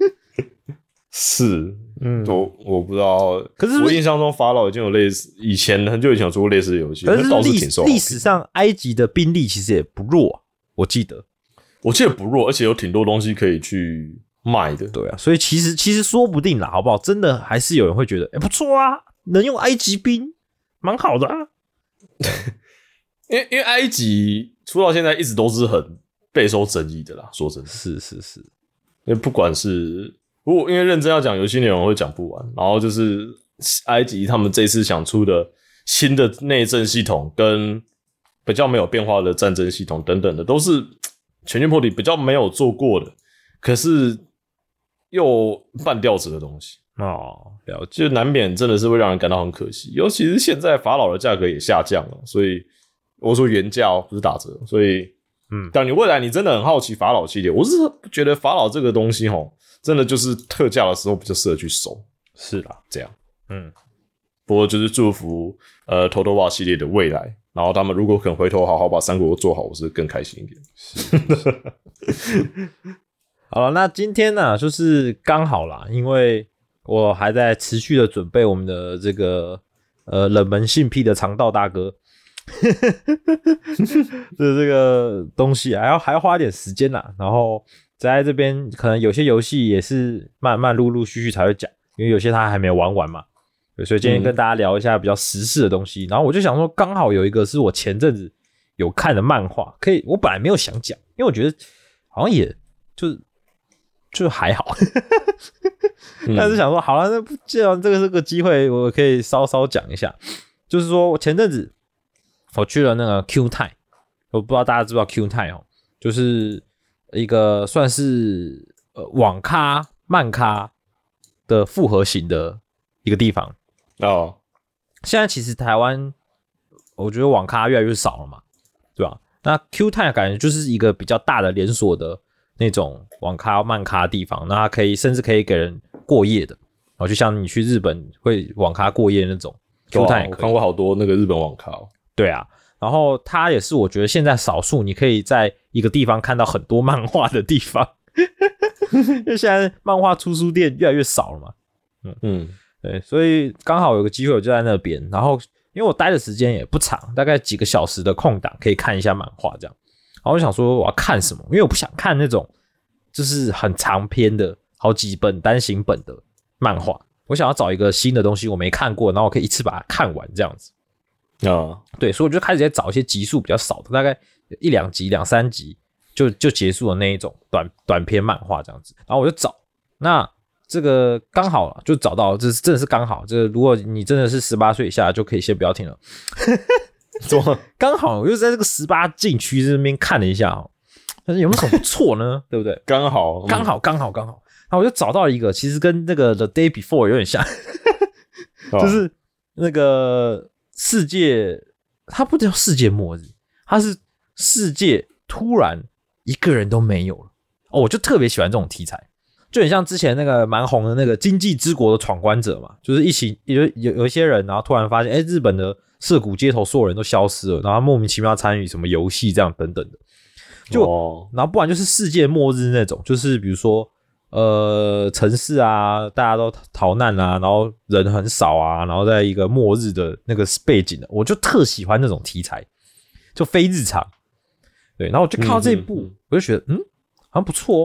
是，嗯，我我不知道，可是我印象中法老已经有类似，以前很久以前有做过类似的游戏， 可是倒是挺受好评。 历史上埃及的兵力其实也不弱、啊，我记得， 我记得不弱，而且有挺多东西可以去卖的。 对啊，所以其实其实说不定啦，好不好？真的还是有人会觉得，哎、欸，不错啊，能用埃及兵，蛮好的啊。 因为因为埃及出到现在一直都是很备受争议的啦，说真的， 是是是， 因为不管是。如果因为认真要讲游戏内容会讲不完，然后就是埃及他们这次想出的新的内政系统跟比较没有变化的战争系统等等的，都是全军破敌比较没有做过的，可是又半吊子的东西哦，了解， 就难免真的是会让人感到很可惜，尤其是现在法老的价格也下降了，所以我说原价哦，不是打折，所以嗯，但你未来你真的很好奇法老系列，我是觉得法老这个东西齁。真的就是特价的时候比较适合去收， 是啦， 这样， 嗯， 不过就是祝福呃 Total War 系列的未来，然后他们如果肯回头好好把三国做好，我是更开心一点。 好了，那今天呢、啊，就是刚好啦，因为我还在持续的准备我们的这个呃冷门性癖的肠道大哥的这个东西，还要还要花点时间啦，然后。在这边可能有些游戏也是慢慢陆陆续续才会讲，因为有些他还没有玩完嘛，所以今天跟大家聊一下比较时事的东西。嗯、然后我就想说，刚好有一个是我前阵子有看的漫画，可以，我本来没有想讲，因为我觉得好像也就是就还好，嗯、但是想说好了，那既然这个是个机会，我可以稍稍讲一下，就是说我前阵子我去了那个 Q Time， 我不知道大家知不知道 Q Time 哦，就是。一个算是呃网咖漫咖的复合型的一个地方哦。 现在其实台湾我觉得网咖越来越少了嘛，对吧？那 Q Time 感觉就是一个比较大的连锁的那种网咖漫咖的地方，那它可以甚至可以给人过夜的，然后就像你去日本会网咖过夜那种 Q Time， 我看过好多那个日本网咖、哦。 对啊。然后它也是我觉得现在少数你可以在一个地方看到很多漫画的地方，因为现在漫画出书店越来越少了嘛。嗯嗯，对，所以刚好有个机会我就在那边，然后因为我待的时间也不长，大概几个小时的空档可以看一下漫画这样。然后我想说我要看什么，因为我不想看那种就是很长篇的好几本单行本的漫画，我想要找一个新的东西我没看过，然后我可以一次把它看完这样子。 啊、哦， 对，所以我就开始在找一些集数比较少的，大概一两集、两三集就就结束的那一种短短篇漫画这样子。然后我就找，那这个刚好了，就找到，这真的是刚好。这个如果你真的是十八岁以下，就可以先不要听了。怎么刚好我就在这个十八禁区这边看了一下哦，但是有没有什么不错呢？对不对？ 刚好， 刚好，刚好，刚好。然后我就找到一个，其实跟那个 The Day Before 有点像，就是那个。世界，它不叫世界末日，它是世界突然一个人都没有了。哦，我就特别喜欢这种题材，就很像之前那个蛮红的那个《经济之国的闯关者》嘛，就是一起有有有一些人，然后突然发现，哎，日本的涩谷街头所有人都消失了，然后莫名其妙参与什么游戏这样等等的，就、哦、然后不然就是世界末日那种，就是比如说。呃，城市啊，大家都逃难啊，然后人很少啊，然后在一个末日的那个背景的，我就特喜欢那种题材，就非日常。对，然后我就看到这一部，嗯、我就觉得，嗯，好像不错哦。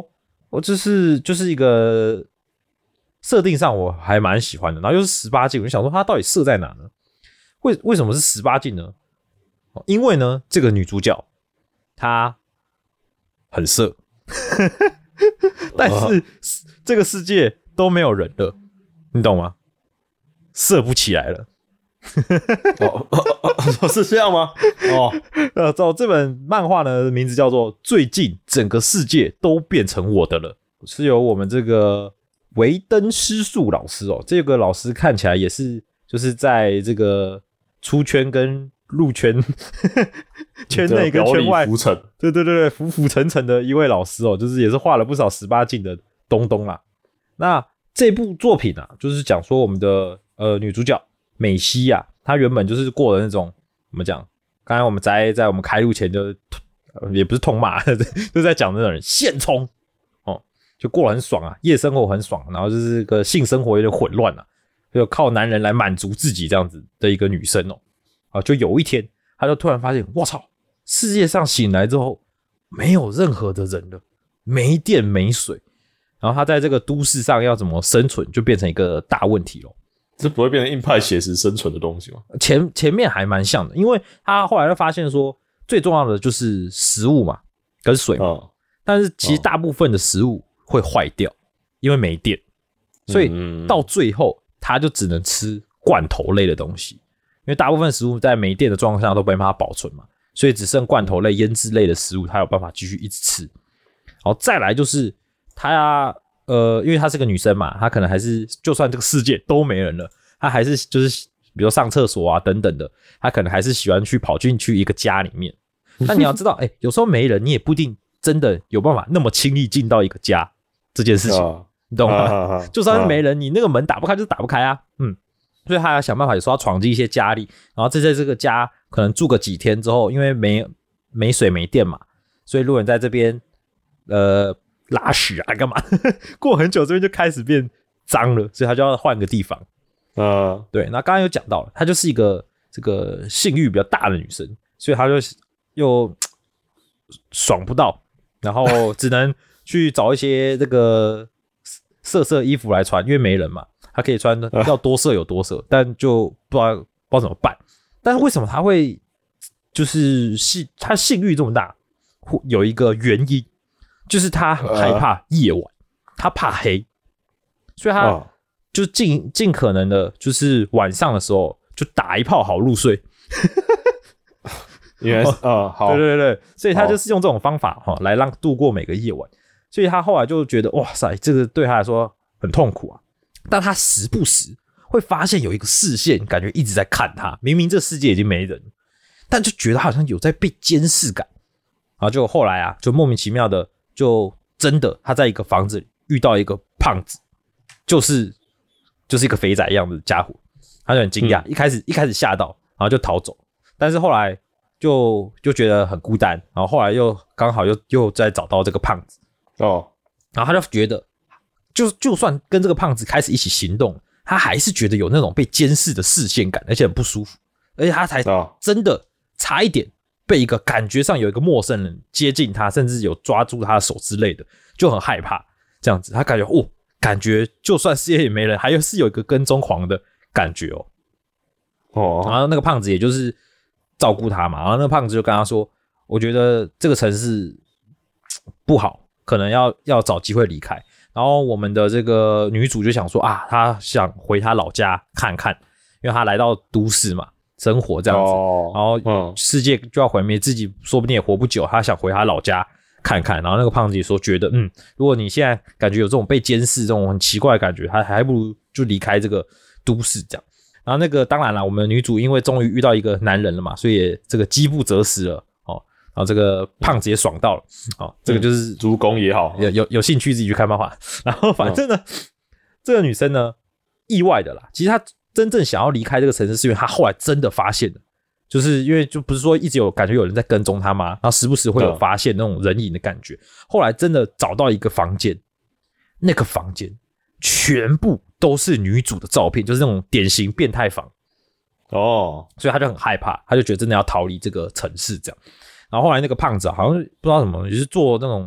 我就是就是一个设定上我还蛮喜欢的，然后又是十八禁，我就想说它到底设在哪呢？为为什么是十八禁呢？因为呢，这个女主角她很色，但是这个世界都没有人了，你懂吗？射不起来了。 哦哦哦，是这样吗？哦， 呃，这本漫画呢，名字叫做《最近整个世界都变成我的了》，是由我们这个维登师树老师哦。这个老师看起来也是，就是在这个出圈跟入圈圈内跟圈外， 浮沉， 对对对对，浮浮沉沉的一位老师哦，就是也是画了不少十八禁的东东啦。那这部作品啊，就是讲说我们的呃女主角美希啊，她原本就是过的那种怎么讲？刚才我们在在我们开录前就、呃、也不是痛骂，就在讲那种人现充哦，就过得很爽啊，夜生活很爽，然后就是个性生活有点混乱啊，就靠男人来满足自己这样子的一个女生哦。啊，就有一天，她就突然发现，我操，世界上醒来之后没有任何的人了，没电没水。然后他在这个都市上要怎么生存，就变成一个大问题了。 这不会变成硬派写实生存的东西吗？ 前前面还蛮像的，因为他后来就发现说，最重要的就是食物嘛，跟水嘛。哦、但是其实大部分的食物会坏掉，因为没电，所以到最后他就只能吃罐头类的东西，因为大部分食物在没电的状况下都没办法保存嘛，所以只剩罐头类、腌制类的食物，他有办法继续一直吃。好，再来就是。她呃，因为她是个女生嘛，她可能还是就算这个世界都没人了，她还是就是比如上厕所啊等等的，她可能还是喜欢去跑进去一个家里面。那你要知道，哎、欸，有时候没人，你也不一定真的有办法那么轻易进到一个家这件事情，哦、你懂吗？啊啊、就算是没人，你那个门打不开就是打不开啊，嗯，所以她要想办法，有时候要闯进一些家里，然后在这个家可能住个几天之后，因为没没水没电嘛，所以如果你在这边呃。拉屎啊，干嘛？过很久这边就开始变脏了，所以他就要换个地方。呃，对。那刚刚有讲到了，她就是一个这个性欲比较大的女生，所以她就又爽不到，然后只能去找一些这个色色衣服来穿，因为没人嘛，她可以穿要多色有多色，但就不知道不知道怎么办。但是为什么她会就是性她性欲这么大？有一个原因。就是他很害怕夜晚，呃、他怕黑，所以他就尽尽可能的，就是晚上的时候就打一炮好入睡。 原来是呃好， 对对对，所以他就是用这种方法哈来让度过每个夜晚。所以他后来就觉得哇塞，这个对他来说很痛苦啊。但他时不时会发现有一个视线，感觉一直在看他，明明这世界已经没人，但就觉得他好像有在被监视感。然后就后来啊，就莫名其妙的。就真的，他在一个房子里遇到一个胖子，就是就是一个肥仔一样的家伙，他就很惊讶、嗯，一开始一开始吓到，然后就逃走，但是后来就就觉得很孤单，然后后来又刚好又又再找到这个胖子哦，然后他就觉得，就就算跟这个胖子开始一起行动，他还是觉得有那种被监视的视线感，而且很不舒服，而且他才真的差一点。被一个感觉上有一个陌生人接近他，甚至有抓住他的手之类的，就很害怕。这样子，他感觉哦，感觉就算世界也没人，还是有一个跟踪狂的感觉哦。哦，然后那个胖子也就是照顾他嘛，然后那个胖子就跟他说：“我觉得这个城市不好，可能要要找机会离开。”然后我们的这个女主就想说啊，她想回她老家看看，因为她来到都市嘛。生活这样子，哦、然后世界就要毁灭，自己说不定也活不久。他想回他老家看看，然后那个胖子也说，觉得嗯，如果你现在感觉有这种被监视、这种很奇怪的感觉，还还不如就离开这个都市这样。然后那个当然了，我们的女主因为终于遇到一个男人了嘛，所以也这个饥不择食了哦。然后这个胖子也爽到了哦，这个就是主攻也好， 有有有兴趣自己去看漫画。然后反正呢，嗯、这个女生呢，意外的啦，其实她。真正想要离开这个城市，是因为他后来真的发现了，就是因为就不是说一直有感觉有人在跟踪他吗？然后时不时会有发现那种人影的感觉。后来真的找到一个房间，那个房间全部都是女主的照片，就是那种典型变态房。哦，所以他就很害怕，他就觉得真的要逃离这个城市这样。然后后来那个胖子好像不知道什么，就是做那种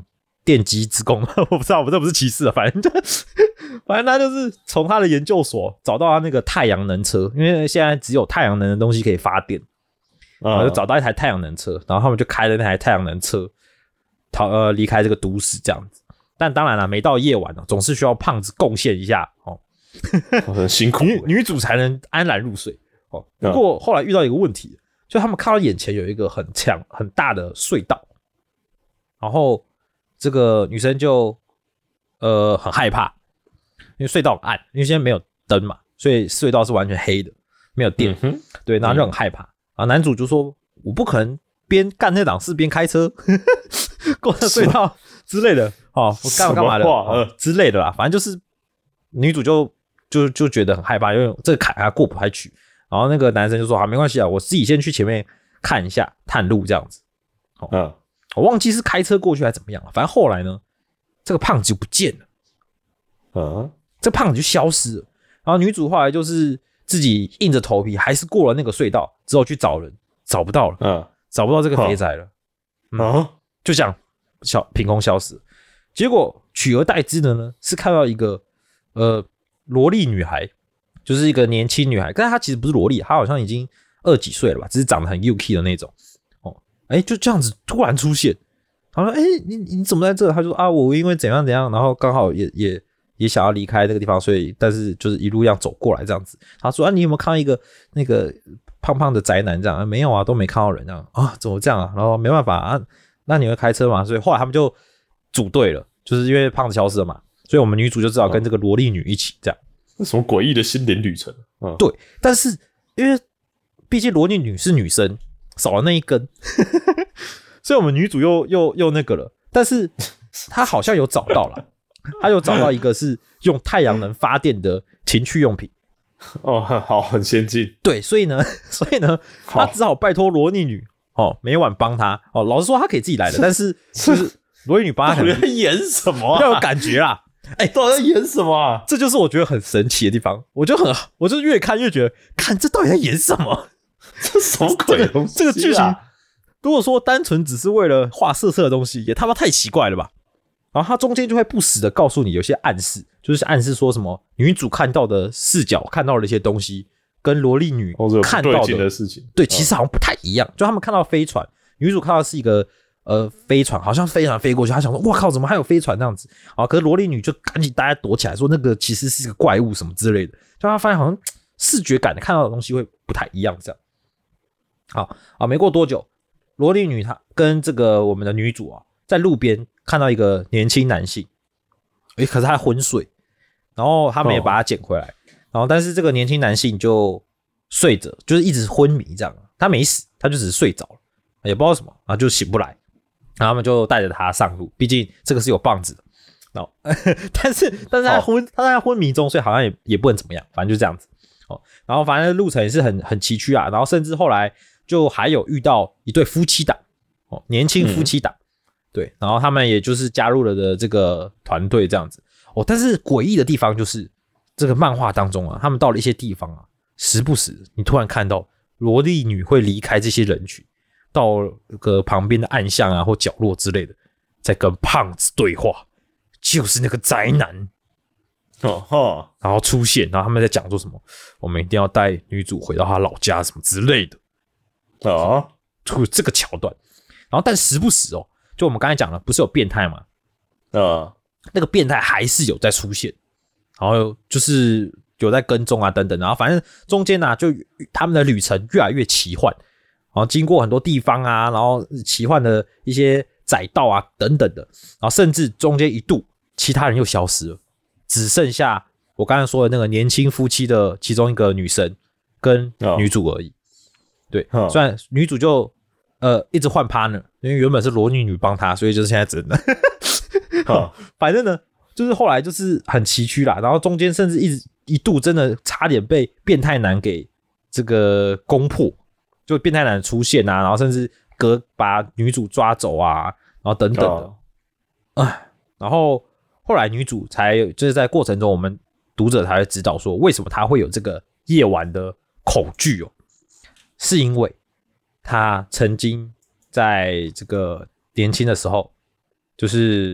电机职工，我不知道，我这不是歧视了，反正就反正他就是从他的研究所找到他那个太阳能车，因为现在只有太阳能的东西可以发电，然后就找到一台太阳能车，然后他们就开了那台太阳能车，逃呃离开这个都市这样子。但当然了，每到夜晚哦，总是需要胖子贡献一下哦， 很辛苦， 女女主才能安然入睡哦。不过后来遇到一个问题，就他们看到眼前有一个很强很大的隧道，然后这个女生就呃很害怕，因为隧道很暗，因为现在没有灯嘛，所以隧道是完全黑的，没有电，嗯、对，然后就很害怕。然后男主就说：“我不可能边干那档事边开车过那隧道之类的，哦，我干嘛干嘛的、哦、之类的啦。”反正就是女主就就就觉得很害怕，因为这个坎她过不太去。然后那个男生就说：“啊，没关系啊，我自己先去前面看一下探路这样子。哦”嗯，我忘记是开车过去还是怎么样了。反正后来呢，这个胖子就不见了，嗯，这胖子就消失了。然后女主后来就是自己硬着头皮，还是过了那个隧道，之后去找人，找不到了，嗯，找不到这个肥仔了，嗯，嗯就这样消凭空消失。结果取而代之的呢，是看到一个呃萝莉女孩，就是一个年轻女孩，但是她其实不是萝莉，她好像已经二几岁了吧，只是长得很 yuki 的那种。哦，哎，就这样子突然出现，他说：“哎，你你怎么在这？”他就说：“啊，我因为怎样怎样，然后刚好也也。”也想要离开那个地方，所以但是就是一路这样走过来这样子。他说：“啊，你有没有看到一个那个胖胖的宅男这样？啊、没有啊，都没看到人这样啊，怎么这样啊？然后没办法啊，那你会开车嘛？所以后来他们就组队了，就是因为胖子消失了嘛，所以我们女主就只好跟这个萝莉女一起这样。 那什么诡异的心灵旅程？嗯， 对，但是因为毕竟萝莉女是女生，少了那一根，所以我们女主又又又那个了，但是她好像有找到了。”他有找到一个是用太阳能发电的情趣用品哦，好，很先进。 对，所以呢，所以呢，他只好拜托萝莉女哦，每晚帮他哦。老实说，他可以自己来的，但是就是萝莉女帮他， 到底在演什么、啊？ 比较有感觉啦。 哎、欸，到底在演什么、啊？ 这就是我觉得很神奇的地方。我就很，我就越看越觉得，看这到底在演什么？ 这什么鬼东西、啊？ 这个剧情，如果说单纯只是为了画色色的东西，也他妈太奇怪了吧？然后他中间就会不时的告诉你有些暗示，就是暗示说什么女主看到的视角看到了一些东西，跟萝莉女看到的, 的事情， 对，其实好像不太一样。就他们看到飞船，女主看到是一个呃飞船，好像飞船飞过去，她想说哇靠，怎么还有飞船这样子啊？可是萝莉女就赶紧大家躲起来，说那个其实是一个怪物什么之类的。就她发现好像视觉感看到的东西会不太一样，这样。好啊，没过多久，萝莉女她跟这个我们的女主啊，在路边看到一个年轻男性，诶，可是他昏睡，然后他们也把他捡回来，哦、然后但是这个年轻男性就睡着，就是一直昏迷这样，他没死，他就只是睡着了，也不知道什么，然后就醒不来，然后他们就带着他上路，毕竟这个是有棒子的，然后但是但是他昏、哦、他在昏迷中，所以好像也也不能怎么样，反正就这样子，哦，然后反正路程也是很很崎岖啊，然后甚至后来就还有遇到一对夫妻档，哦，年轻夫妻档。嗯对，然后他们也就是加入了的这个团队这样子哦，但是诡异的地方就是这个漫画当中啊，他们到了一些地方啊，时不时你突然看到萝莉女会离开这些人群，到个旁边的暗巷啊或角落之类的，在跟胖子对话，就是那个宅男哦哈，然后出现，然后他们在讲说什么，我们一定要带女主回到她老家什么之类的啊，出这个桥段，然后但时不时哦。就我们刚才讲了，不是有变态吗？呃，那个变态还是有在出现，然后就是有在跟踪啊等等，然后反正中间啊，就他们的旅程越来越奇幻，然后经过很多地方啊，然后奇幻的一些窄道啊等等的，然后甚至中间一度其他人又消失了，只剩下我刚才说的那个年轻夫妻的其中一个女生跟女主而已。哦、对，哦、虽然女主就。呃，一直换 partner， 因为原本是萝莉女帮他，所以就是现在真的。好，反正呢，就是后来就是很崎岖啦，然后中间甚至一直一度真的差点被变态男给这个攻破，就变态男出现啊，然后甚至隔把女主抓走啊，然后等等的。哎、哦，然后后来女主才就是在过程中，我们读者才会知道说，为什么她会有这个夜晚的恐惧哦，是因为。他曾经在这个年轻的时候，就是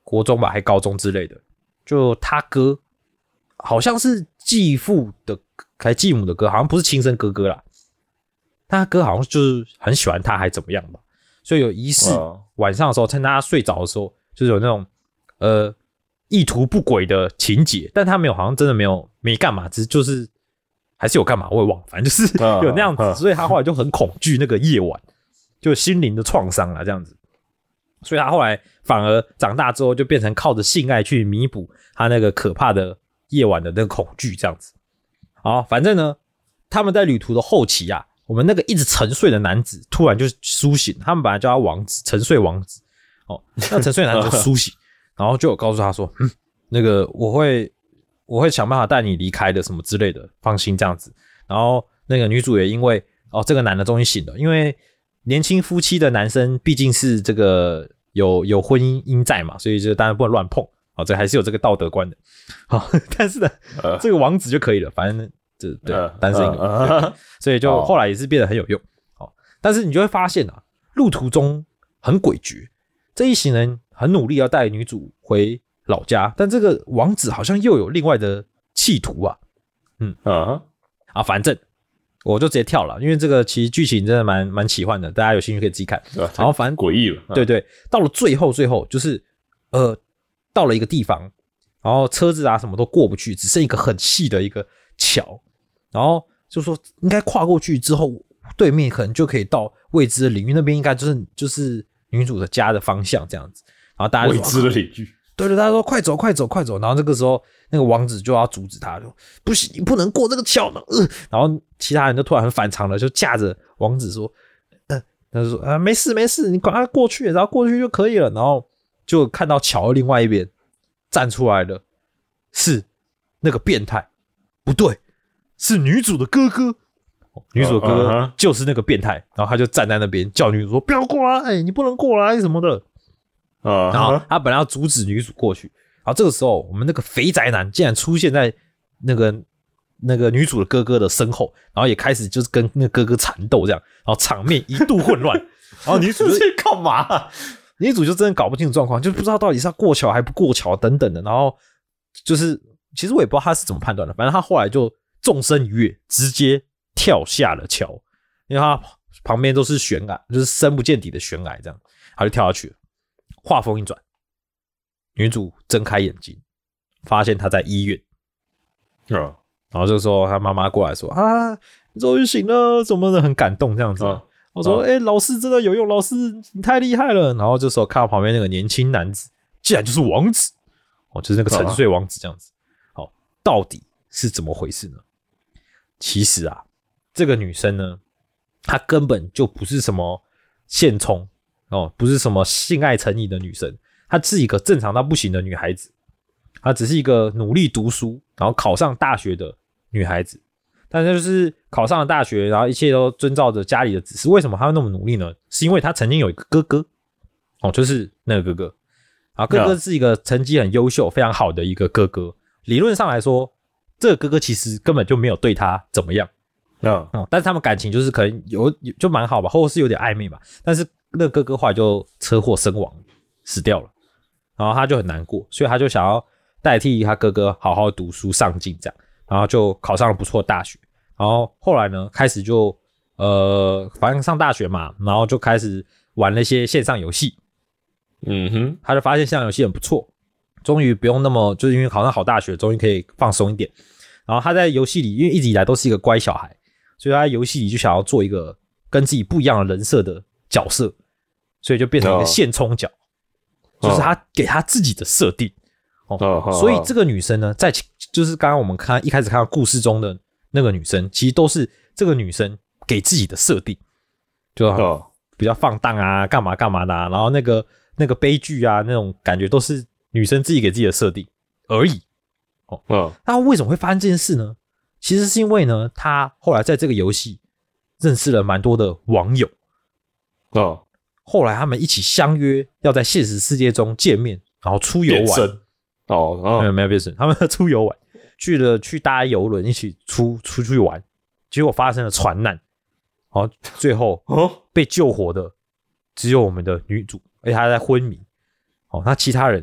国中吧，还高中之类的，就他哥好像是继父的还继母的哥，好像不是亲生哥哥啦。他哥好像就是很喜欢他，还怎么样吧？所以有一次晚上的时候，趁他睡着的时候，就是有那种呃意图不轨的情节，但他没有，好像真的没有没干嘛，只是就是还是有干嘛，我也忘了，反正就是有那样子，所以他后来就很恐惧那个夜晚，就心灵的创伤啊这样子。所以他后来反而长大之后，就变成靠着性爱去弥补他那个可怕的夜晚的那个恐惧这样子。好，反正呢，他们在旅途的后期啊。我们那个一直沉睡的男子突然就苏醒，他们本来叫他王子，沉睡王子。哦，那沉睡男子就苏醒，然后就有告诉他说：“嗯，那个我会我会想办法带你离开的，什么之类的，放心这样子。”然后那个女主也因为哦，这个男的终于醒了，因为年轻夫妻的男生毕竟是这个有有婚姻因在嘛，所以就当然不能乱碰。哦，这还是有这个道德观的。好，但是呢，这个王子就可以了，反正。这对单身一个、呃呃，所以就后来也是变得很有用。哦，但是你就会发现啊，路途中很诡谲，这一行人很努力要带女主回老家，但这个王子好像又有另外的企图啊。嗯啊啊，反正我就直接跳了，因为这个其实剧情真的蛮蛮奇幻的，大家有兴趣可以自己看。然后反正诡异了， 对对，到了最后最后就是呃到了一个地方，然后车子啊什么都过不去，只剩一个很细的一个桥。然后就说应该跨过去之后，对面可能就可以到未知的领域，那边应该就是就是女主的家的方向这样子。然后大家就说未知的领域， 对对，大家说快走快走快走。然后这个时候那个王子就要阻止他，说不行，你不能过这个桥呢、呃。然后其他人就突然很反常了，就架着王子说，呃，他就说啊没事没事，你赶快过去，然后过去就可以了。然后就看到桥的另外一边站出来的是那个变态，不对。是女主的哥哥，女主的哥哥就是那个变态，然后他就站在那边叫女主说：“不要过来，欸、你不能过来什么的。” Uh-huh. 然后他本来要阻止女主过去，然后这个时候我们那个肥宅男竟然出现在那个那个女主的哥哥的身后，然后也开始就是跟那个哥哥缠斗这样，然后场面一度混乱。然后女主就干嘛、啊？ 女主就真的搞不清楚状况，就不知道到底是要过桥还不过桥等等的。然后就是其实我也不知道他是怎么判断的，反正他后来就。纵身一跃，直接跳下了桥，因为他旁边都是悬崖，就是深不见底的悬崖，这样他就跳下去了。话锋一转，女主睁开眼睛，发现她在医院。嗯，然后这个时候她妈妈过来说：“啊，你终于醒了，怎么的，很感动这样子。嗯”我说：“哎、欸，老师真的有用，老师你太厉害了。”然后这时候看到旁边那个年轻男子，竟然就是王子，哦，就是那个沉睡王子这样子。好，到底是怎么回事呢？其实啊，这个女生呢，她根本就不是什么现充哦，不是什么性爱成瘾的女生，她是一个正常到不行的女孩子，她只是一个努力读书，然后考上大学的女孩子。但是就是考上了大学，然后一切都遵照着家里的指示。为什么她会那么努力呢？是因为她曾经有一个哥哥哦，就是那个哥哥啊，哥哥是一个成绩很优秀、非常好的一个哥哥。理论上来说，这个哥哥其实根本就没有对他怎么样，嗯，嗯但是他们感情就是可能有就蛮好吧，或者是有点暧昧吧。但是那个哥哥后来就车祸身亡，死掉了，然后他就很难过，所以他就想要代替他哥哥好好读书上进，这样，然后就考上了不错的大学。然后后来呢，开始就呃，反正上大学嘛，然后就开始玩那些线上游戏，嗯哼，他就发现线上游戏很不错。终于不用那么，就是因为考上好大学，终于可以放松一点。然后他在游戏里，因为一直以来都是一个乖小孩，所以他在游戏里就想要做一个跟自己不一样的人设的角色，所以就变成一个现充角， oh. 就是他给他自己的设定。哦 oh. 所以这个女生呢，在就是刚刚我们看一开始看到故事中的那个女生，其实都是这个女生给自己的设定，就比较放荡啊，干嘛干嘛的、啊，然后那个那个悲剧啊，那种感觉都是。女生自己给自己的设定而已，哦，嗯，那为什么会发生这件事呢？其实是因为呢，他后来在这个游戏认识了蛮多的网友，哦，后来他们一起相约要在现实世界中见面，然后出游玩，哦，哦没有没有变身，他们出游玩，去了去搭邮轮一起出出去玩，结果发生了船难，然后最后被救活的只有我们的女主，而且她在昏迷，哦，那其他人。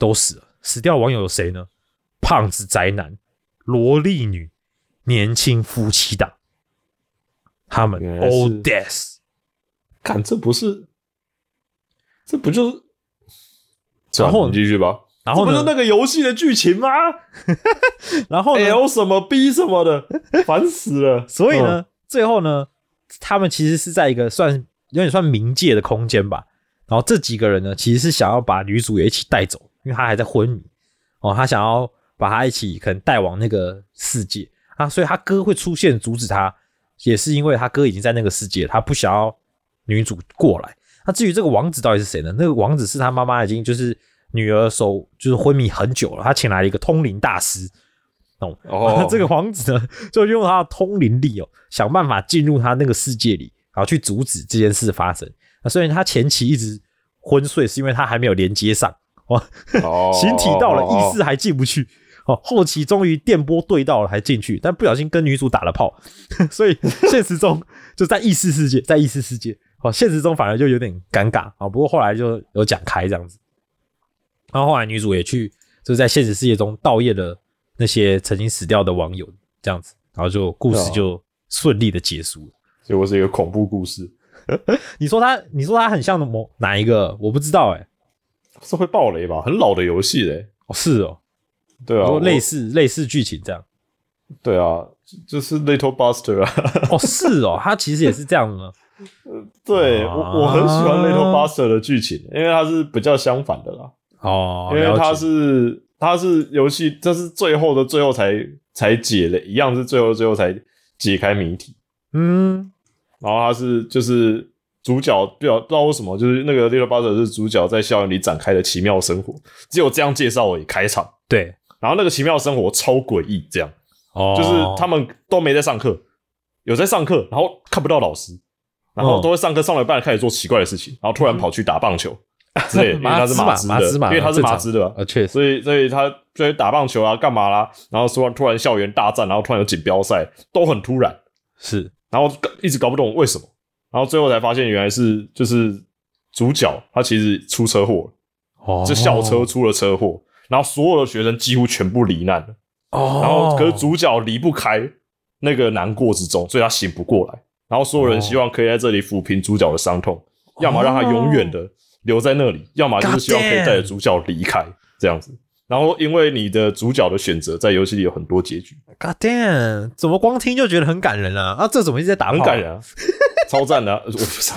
都死了。死掉的网友有谁呢？胖子宅男、萝莉女、年轻夫妻档，他们 all death。 看，这不是，这不就是？ 然后你继续吧。 然后呢？ 这不是那个游戏的剧情吗？ 然后呢 L 什么 B 什么的，烦死了。 所以呢，嗯、最后呢，他们其实是在一个算有点算冥界的空间吧。然后这几个人呢，其实是想要把女主也一起带走，因为她还在昏迷哦，他想要把她一起可能带往那个世界啊，所以他哥会出现阻止他，也是因为他哥已经在那个世界，他不想要女主过来。那至于这个王子到底是谁呢？那个王子是他妈妈已经就是女儿手就是昏迷很久了，他请来了一个通灵大师。哦，哦这个王子呢，就用他的通灵力哦，想办法进入他那个世界里，然后去阻止这件事发生。那虽然他前期一直昏睡，是因为他还没有连接上哦，形体到了，意识还进不去哦。后期终于电波对到了，还进去，但不小心跟女主打了炮，所以现实中就在意识世界，在意识世界哦，现实中反而就有点尴尬啊、哦。不过后来就有讲开这样子，然后后来女主也去就是在现实世界中悼唁了那些曾经死掉的网友，这样子，然后就故事就顺利的结束了。 结果是一个恐怖故事。 你说他，你说他很像某哪一个？我不知道哎、欸， 是会爆雷吧？很老的游戏嘞。 哦，是哦， 对啊， 类似类似剧情这样。 对啊，就是 Little Buster 啊。 哦，是哦，他其实也是这样的呢。 对、啊、我我很喜欢 Little Buster 的剧情，因为它是比较相反的啦。 哦， 因为它是它是游戏，这是最后的最后才才解了，一样是最后的最后才解开谜题。 嗯。 然后他是就是主角，不知道不知道为什么，就是那个 Little Buster 是主角在校园里展开的奇妙生活，只有这样介绍而已。开场对， 然后那个奇妙生活超诡异，这样哦， 就是他们都没在上课，有在上课，然后看不到老师，然后都会上课上了一半开始做奇怪的事情，然后突然跑去打棒球之类的，因为他是麻枝的，因为他是麻枝的， 啊，确实， 所以所以他就会打棒球啊，干嘛啦？然后突然突然校园大战，然后突然有锦标赛，都很突然， 是。 然后一直搞不懂为什么，然后最后才发现原来是就是主角他其实出车祸了，哦，这校车出了车祸，然后所有的学生几乎全部罹难了，哦，然后可是主角离不开那个难过之中，所以他醒不过来，然后所有人希望可以在这里抚平主角的伤痛，哦，要么让他永远的留在那里，要么就是希望可以带着主角离开这样子。然后因为你的主角的选择在游戏里有很多结局。 God damn， 怎么光听就觉得很感人啊？啊，这怎么一直在打炮？ 很感人啊，超赞的啊，我不知道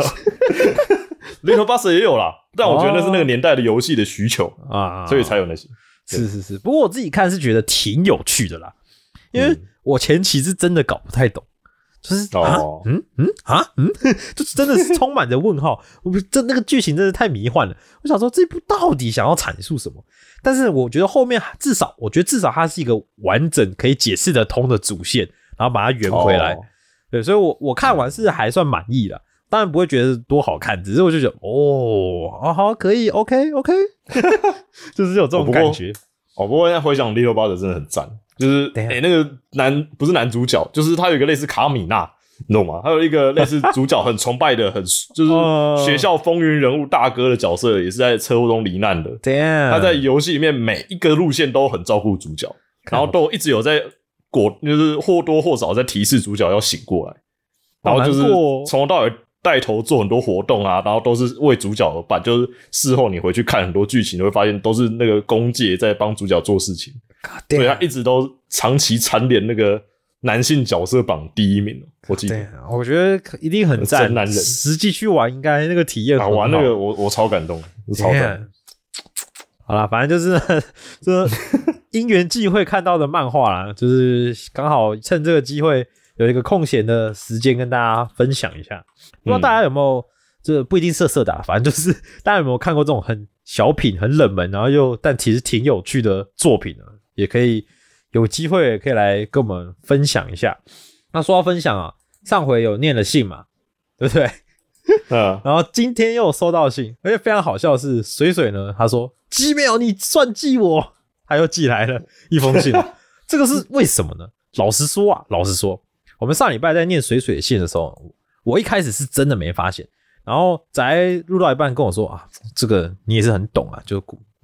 Little Buster 也有啦，但我觉得那是那个年代的游戏的需求啊，所以才有那些。 是是是，不过我自己看是觉得挺有趣的啦，因为我前期是真的搞不太懂，就是啊，哦，嗯嗯啊嗯，就是真的是充满着问号。我这那个剧情真的太迷幻了，我想说这部到底想要阐述什么？但是我觉得后面至少，我觉得至少它是一个完整可以解释得通的主线，然后把它圆回来。哦，对，所以我我看完是还算满意啦，当然不会觉得多好看，只是我就觉得哦，哦好可以 ，OK OK， 就是有这种感觉。 哦，不过现在回想 Little Buster 真的很赞，就是哎，欸，那个男不是男主角，就是他有一个类似卡米娜，你懂吗？还有一个类似主角很崇拜的，很就是学校风云人物大哥的角色，也是在车祸中罹难的。 Damn， 他在游戏里面每一个路线都很照顾主角，然后都一直有在果，就是或多或少在提示主角要醒过来，然后就是从头到尾带头做很多活动啊，然后都是为主角而办。就是事后你回去看很多剧情，你会发现都是那个公界在帮主角做事情，所以他一直都长期蝉联那个男性角色榜第一名，我记得。 对，我觉得一定很赞。男人实际去玩，应该那个体验很好。 啊，玩那个我我超感动，超赞。 好啦，反正就是这因缘际会看到的漫画啦，就是刚好趁这个机会有一个空闲的时间跟大家分享一下。不知道大家有没有，这不一定色色的，啊，反正就是大家有没有看过这种很小品、很冷门，然后又但其实挺有趣的作品呢？也可以有机会也可以来跟我们分享一下。那说到分享啊，上回有念了信嘛，对不对？嗯，然后今天又有收到信，而且非常好笑的是，水水呢，他说：“Gmail 你算计我。”他又寄来了一封信，这个是为什么呢？老实说啊，老实说，我们上礼拜在念水水的信的时候，我一开始是真的没发现，然后在录到一半跟我说啊，这个你也是很懂啊，就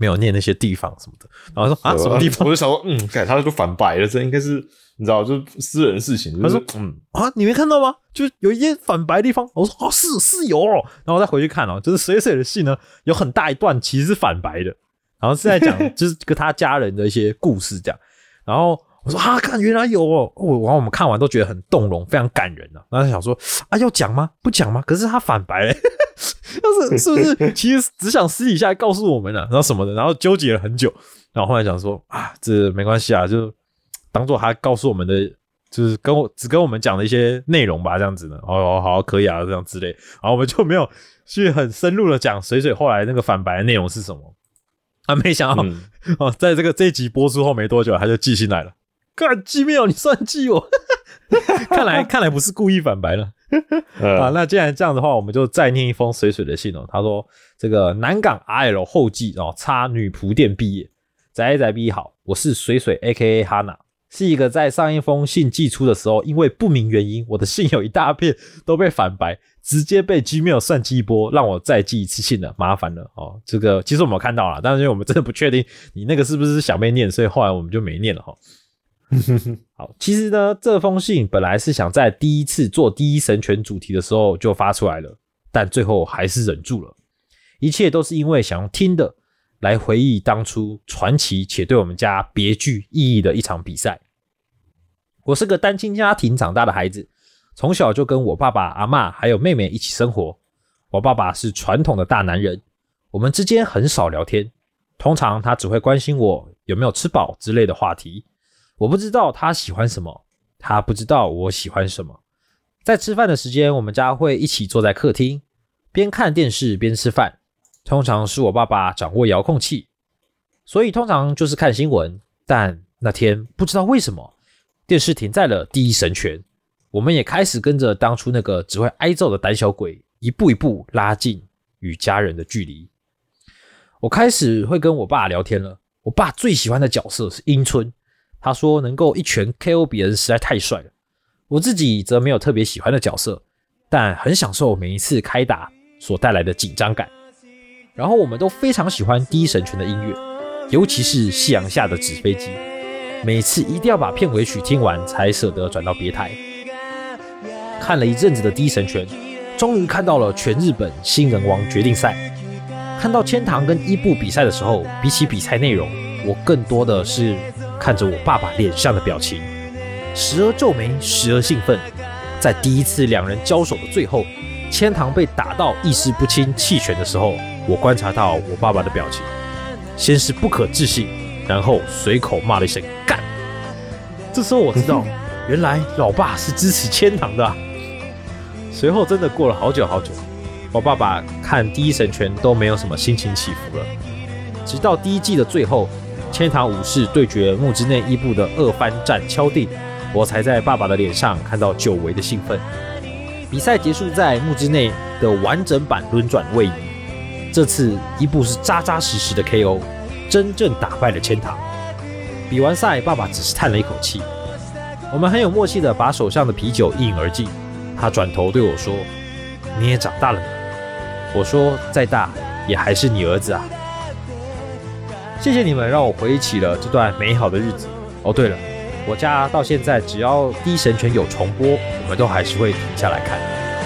没有念那些地方什么的。然后说啊，什么地方？ 我就想说，嗯，看他就反白了，这应该是你知道，就是私人的事情。就是、 他说，嗯啊，你没看到吗？就是有一些反白的地方。我说哦，是是有哦。然后再回去看哦，就是水水的信呢，有很大一段其实是反白的，然后是在讲就是跟他家人的一些故事这样。然后我说啊，看原来有哦，我然后我们看完都觉得很动容，非常感人啊。然后想说啊，要讲吗？不讲吗？可是他反白了，但是是不是其实只想私底下告诉我们啊，然后什么的，然后纠结了很久。然后后来想说啊，这没关系啊，就当做他告诉我们的，就是跟我只跟我们讲的一些内容吧，这样子的。哦，好，可以啊，这样之类。然后我们就没有去很深入的讲水水后来那个反白的内容是什么。啊，没想到、嗯、哦，在这个这一集播出后没多久，他就寄信来了。干机妙，你算计我！看来看来不是故意反白了。啊，那既然这样的话，我们就再念一封水水的信哦。他说：“这个南港 R L 后记哦，差女仆店毕业，宅 仔 B 好，我是水水 A K A 哈娜，是一个在上一封信寄出的时候，因为不明原因，我的信有一大片都被反白，直接被 Gmail 算计一波，让我再寄一次信了，麻烦了哦。这个其实我们有看到了，但是因为我们真的不确定你那个是不是想被念，所以后来我们就没念了哈。”好，其实呢，这封信本来是想在第一次做第一神拳主题的时候就发出来了，但最后还是忍住了。一切都是因为想用听的来回忆当初传奇且对我们家别具意义的一场比赛。我是个单亲家庭长大的孩子，从小就跟我爸爸、阿嬷还有妹妹一起生活。我爸爸是传统的大男人，我们之间很少聊天，通常他只会关心我有没有吃饱之类的话题。我不知道他喜欢什么，他不知道我喜欢什么。在吃饭的时间，我们家会一起坐在客厅，边看电视边吃饭。通常是我爸爸掌握遥控器，所以通常就是看新闻。但那天不知道为什么，电视停在了第一神拳，我们也开始跟着当初那个只会挨揍的胆小鬼，一步一步拉近与家人的距离。我开始会跟我爸聊天了。我爸最喜欢的角色是樱村。他说能够一拳 K O 别人实在太帅了。我自己则没有特别喜欢的角色，但很享受每一次开打所带来的紧张感。然后我们都非常喜欢第一神拳的音乐，尤其是夕阳下的纸飞机，每次一定要把片尾曲听完才舍得转到别台。看了一阵子的第一神拳，终于看到了全日本新人王决定赛。看到千堂跟伊布比赛的时候，比起比赛内容，我更多的是看着我爸爸脸上的表情，时而皱眉，时而兴奋。在第一次两人交手的最后，千堂被打到意识不清弃权的时候，我观察到我爸爸的表情，先是不可置信，然后随口骂了一声干。这时候我知道，原来老爸是支持千堂的啊。随后真的过了好久好久，我爸爸看第一神拳都没有什么心情起伏了，直到第一季的最后，千堂武士对决木之内伊布的二番战敲定，我才在爸爸的脸上看到久违的兴奋。比赛结束在木之内的完整版轮转位移，这次伊布是扎扎实实的 K O， 真正打败了千堂。比完赛，爸爸只是叹了一口气。我们很有默契的把手上的啤酒一饮而尽，他转头对我说：“你也长大了呢。”我说：“再大也还是你儿子啊。”谢谢你们让我回忆起了这段美好的日子。哦，对了，我家到现在只要第一神拳有重播，我们都还是会停下来看。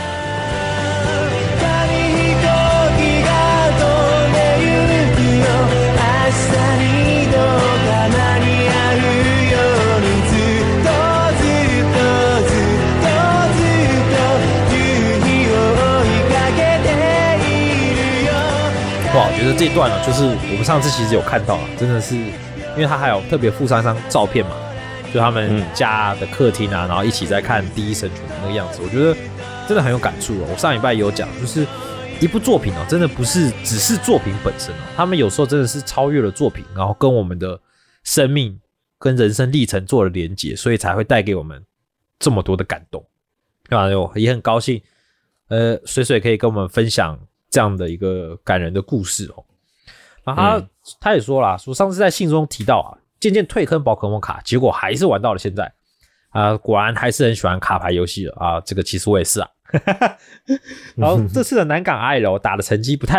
哇，我觉得这段呢，就是我们上次其实有看到了，真的是，因为他还有特别附上一张照片嘛，就他们家的客厅啊，然后一起在看第一神拳的那个样子，我觉得真的很有感触哦。我上礼拜也有讲，就是一部作品哦，真的不是只是作品本身哦，他们有时候真的是超越了作品，然后跟我们的生命跟人生历程做了连结，所以才会带给我们这么多的感动。对吧？也很高兴，呃，水水可以跟我们分享这样的一个感人的故事哦。然后他、嗯、他也说啦，说上次在信中提到啊，渐渐退坑宝可梦卡，结果还是玩到了现在啊，果然还是很喜欢卡牌游戏了啊。这个其实我也是啊。然后这次的南港 R L 打的成绩不太好，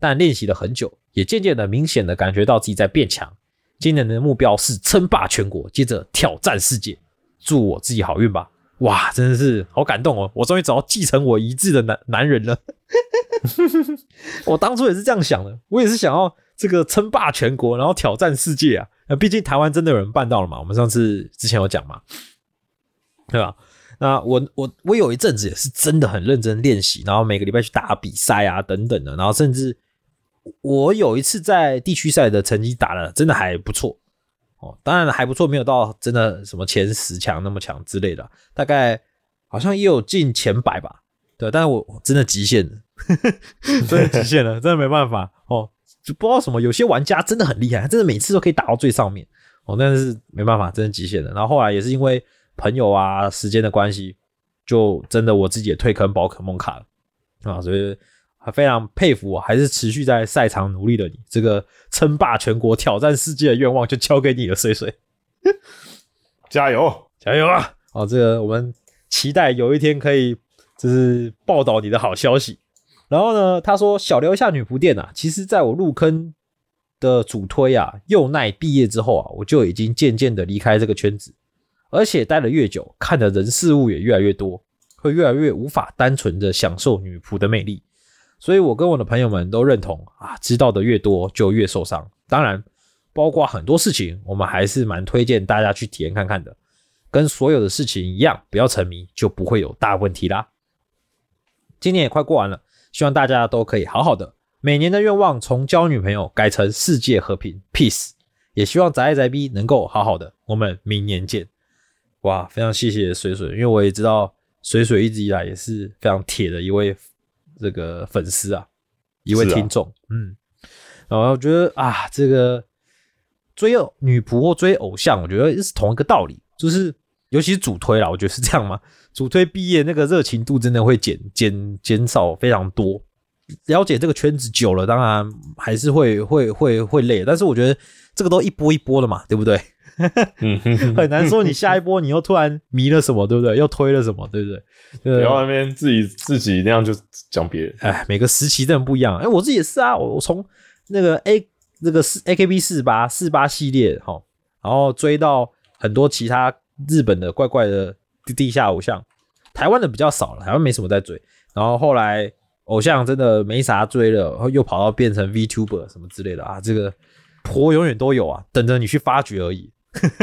但练习了很久，也渐渐的明显的感觉到自己在变强。今年的目标是称霸全国，接着挑战世界。祝我自己好运吧！哇，真的是好感动哦！我终于找到继承我遗志的男男人了。我当初也是这样想的，我也是想要这个称霸全国，然后挑战世界啊！毕竟台湾真的有人办到了嘛，我们上次之前有讲嘛，对吧？那我我我有一阵子也是真的很认真练习，然后每个礼拜去打比赛啊等等的，然后甚至我有一次在地区赛的成绩打得真的还不错。哦，当然还不错，没有到真的什么前十强那么强之类的，大概好像也有进前百吧。对，但是我真的极限了，真的极限了，真的没办法哦。就不知道什么，有些玩家真的很厉害，他真的每次都可以打到最上面哦，但是没办法，真的极限了。然后后来也是因为朋友啊、时间的关系，就真的我自己也退坑宝可梦卡了啊，所以非常佩服我，还是持续在赛场努力的你。这个称霸全国、挑战世界的愿望就交给你了，水水， 加油， 加油啊！哦，这个我们期待有一天可以就是报道你的好消息。然后呢，他说小聊一下女仆店啊，其实在我入坑的主推啊，佑奈毕业之后啊，我就已经渐渐的离开这个圈子，而且待了越久，看的人事物也越来越多，会越来越无法单纯的享受女仆的魅力。所以我跟我的朋友们都认同啊，知道的越多就越受伤。当然，包括很多事情，我们还是蛮推荐大家去体验看看的。跟所有的事情一样，不要沉迷，就不会有大问题啦。今年也快过完了，希望大家都可以好好的。每年的愿望从交女朋友改成世界和平 peace， 也希望宅宅 B 能够好好的。我们明年见。哇，非常谢谢水水，因为我也知道水水一直以来也是非常铁的一位这个粉丝啊，一位听众、啊、嗯，然后我觉得啊，这个追女仆或追偶像，我觉得是同一个道理，就是尤其是主推啦，我觉得是这样嘛，主推毕业那个热情度真的会减减减少非常多。了解这个圈子久了，当然还是会会会会累，但是我觉得这个都一波一波的嘛，对不对？很难说你下一波你又突然迷了什么，对不对？又推了什么，对不对？ 不要那边自己自己那样就讲别人。 哎，每个时期真的不一样。哎，我自己也是啊，我从那个 A 那个 A K B 四十八 四十八系列哈，然后追到很多其他日本的怪怪的地下偶像，台湾的比较少了，台湾没什么在追。然后后来偶像真的没啥追了，然后又跑到变成 VTuber 什么之类的啊，这个婆永远都有啊，等着你去发掘而已。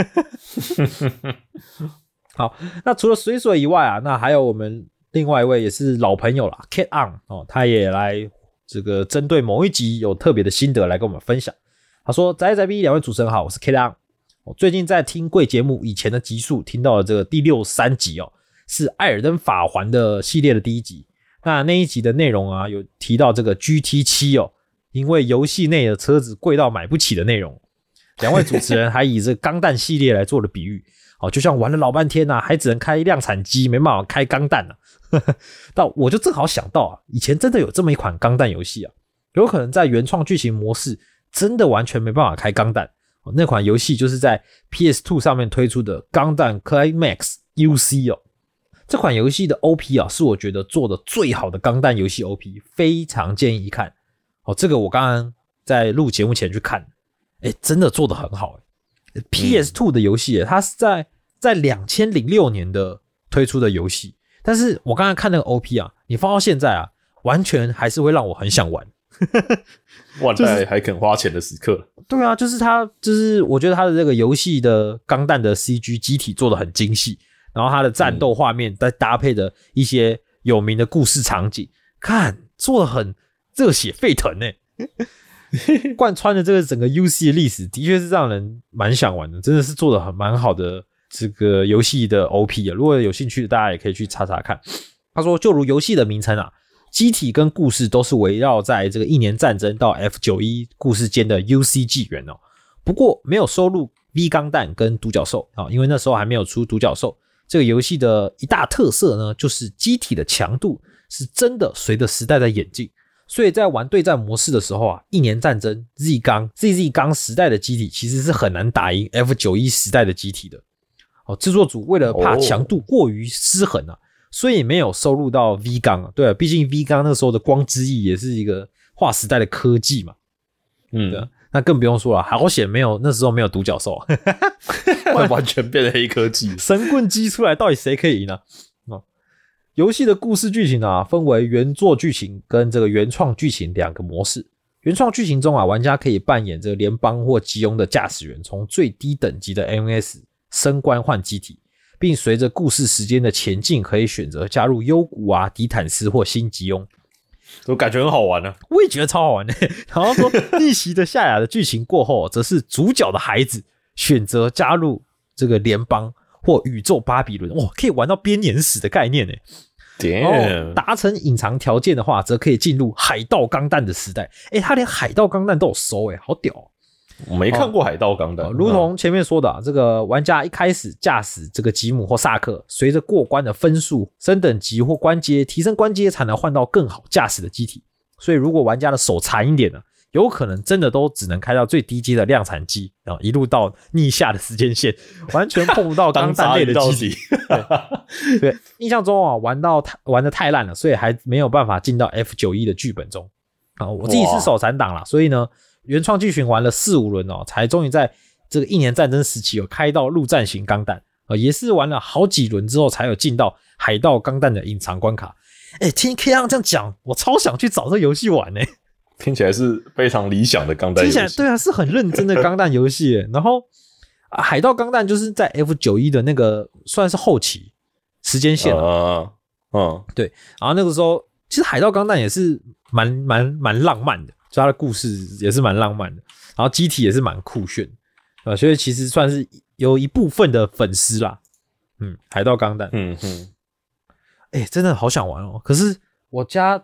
好，那除了水水以外啊，那还有我们另外一位也是老朋友啦 Cat On 哦，他也来这个针对某一集有特别的心得来跟我们分享。他说：宅宅 B 两位主持人好，我是 Cat On。我最近在听贵节目以前的集数，听到了这个第六十三集哦，是艾尔登法环的系列的第一集。那那一集的内容啊，有提到这个 G T 七 哦，因为游戏内的车子贵到买不起的内容。两位主持人还以这个钢弹系列来做了比喻，哦，就像玩了老半天啊，还只能开量产机，没办法开钢弹啊。但我就正好想到啊，以前真的有这么一款钢弹游戏啊，有可能在原创剧情模式真的完全没办法开钢弹。哦，那款游戏就是在 P S 二 上面推出的钢弹 Climax U C 哦。这款游戏的 O P 啊，是我觉得做的最好的钢弹游戏 O P， 非常建议一看。哦，这个我刚刚在录节目前去看，哎，真的做得很好。P S 二 的游戏，它是在在二零零六年的推出的游戏，但是我刚刚看那个 O P 啊，你放到现在啊，完全还是会让我很想玩。 万代还肯花钱的时刻。 对啊，就是它，就是我觉得它的这个游戏的钢弹的 C G 机体做得很精细。然后它的战斗画面再搭配的一些有名的故事场景，看做得很热血沸腾欸。贯穿的这个整个 U C 的历史，的确是让人蛮想玩的，真的是做得很蛮好的这个游戏的 O P 啊。如果有兴趣的，大家也可以去查查看。他说，就如游戏的名称啊，机体跟故事都是围绕在这个一年战争到 F 九十一 故事间的 U C 纪元哦。不过没有收录 V 钢弹跟独角兽啊，因为那时候还没有出独角兽。这个游戏的一大特色呢，就是机体的强度是真的随着时代在演进，所以在玩对战模式的时候啊，一年战争 Z 钢 Z Z 钢时代的机体其实是很难打赢 F 九十一 时代的机体的。哦，制作组为了怕强度过于失衡啊，所以没有收录到 V 钢啊。对啊，毕竟 V 钢那时候的光之翼也是一个划时代的科技嘛。 嗯， 对，那更不用说了，好险没有那时候没有独角兽， 完全变成黑科技， 神棍机出来，到底谁可以赢呢？哦，游戏的故事剧情啊，分为原作剧情跟这个原创剧情两个模式。原创剧情中啊，玩家可以扮演这个联邦或基庸的驾驶员，从最低等级的 M S 升官换机体，并随着故事时间的前进，可以选择加入幽谷啊、迪坦斯或新吉翁。 我感觉很好玩啊， 我也觉得超好玩的。然后说逆袭的夏亚的剧情过后，则是主角的孩子选择加入这个联邦或宇宙巴比伦，哇，可以玩到编年史的概念呢。 Damn， 达成隐藏条件的话，则可以进入海盗钢弹的时代。诶，他连海盗钢弹都有收，诶，好屌、哦！ 我没看过海盗钢弹、 哦，如同前面说的、啊，这个玩家一开始驾驶这个吉姆或萨克，随着过关的分数升等级或关阶，提升关阶才能换到更好驾驶的机体。所以如果玩家的手残一点呢，有可能真的都只能开到最低阶的量产机，然后一路到逆下的时间线，完全碰不到钢弹类的机体。对, 对，印象中啊，玩到玩的太烂了，所以还没有办法进到 F 九十一 的剧本中啊。我自己是手残党啦，所以呢，原创剧情玩了四五轮哦，才终于在这个一年战争时期有开到陆战型钢弹啊，也是玩了好几轮之后才有进到海盗钢弹的隐藏关卡。哎，听 K 浪这样讲，我超想去找这个游戏玩呢、欸。 听起来是非常理想的钢弹游戏， 听起来对啊，是很认真的钢弹游戏耶。然后、啊、海盗钢弹就是在 F 九十一 的那个算是后期时间线了、 呃，嗯， 对。然后那个时候，其实海盗钢弹也是蛮蛮蛮浪漫的，就它的故事也是蛮浪漫的，然后机体也是蛮酷炫的，所以其实算是有一部分的粉丝啦。嗯，海盗钢弹， 嗯哼， 哎、欸，真的好想玩哦。可是我家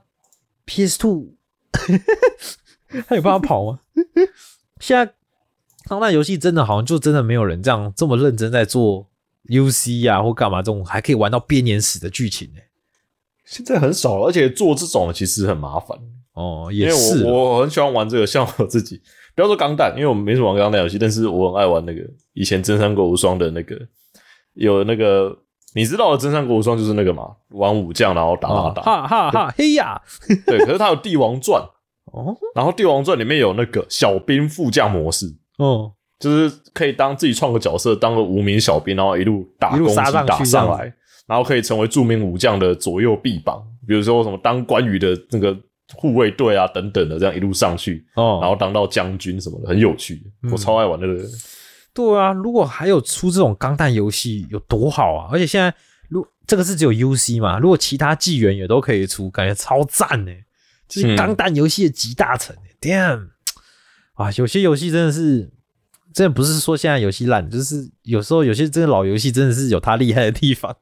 P S 二。他有办法跑吗？现在钢弹游戏真的好像就真的没有人这样这么认真在做 U C 啊或干嘛这种还可以玩到编年史的剧情呢、欸？ 现在很少了，而且做这种其实很麻烦哦，也是， 因为我我很喜欢玩这个，像我自己不要说钢弹，因为我没什么玩钢弹游戏，但是我很爱玩那个以前真三国无双的那个有那个。你知道的真三国无双就是那个嘛，玩武将然后打打打， 哈哈哈，嘿呀， 对，可是它有帝王传哦， 然后帝王传里面有那个小兵副将模式， 哦， 就是可以当自己创个角色，当个无名小兵，然后一路打攻击打上来，然后可以成为著名武将的左右臂膀，比如说什么当关羽的那个护卫队啊等等的，这样一路上去，哦，然后当到将军什么的，很有趣，嗯、我超爱玩那个。 对啊，如果还有出这种钢弹游戏有多好啊！而且现在，如这个是只有 U C 嘛，如果其他纪元也都可以出，感觉超赞呢、欸！就是钢弹游戏的集大成、欸嗯、，damn！ 啊，有些游戏真的是，真的不是说现在游戏烂，就是有时候有些真的老游戏真的是有它厉害的地方。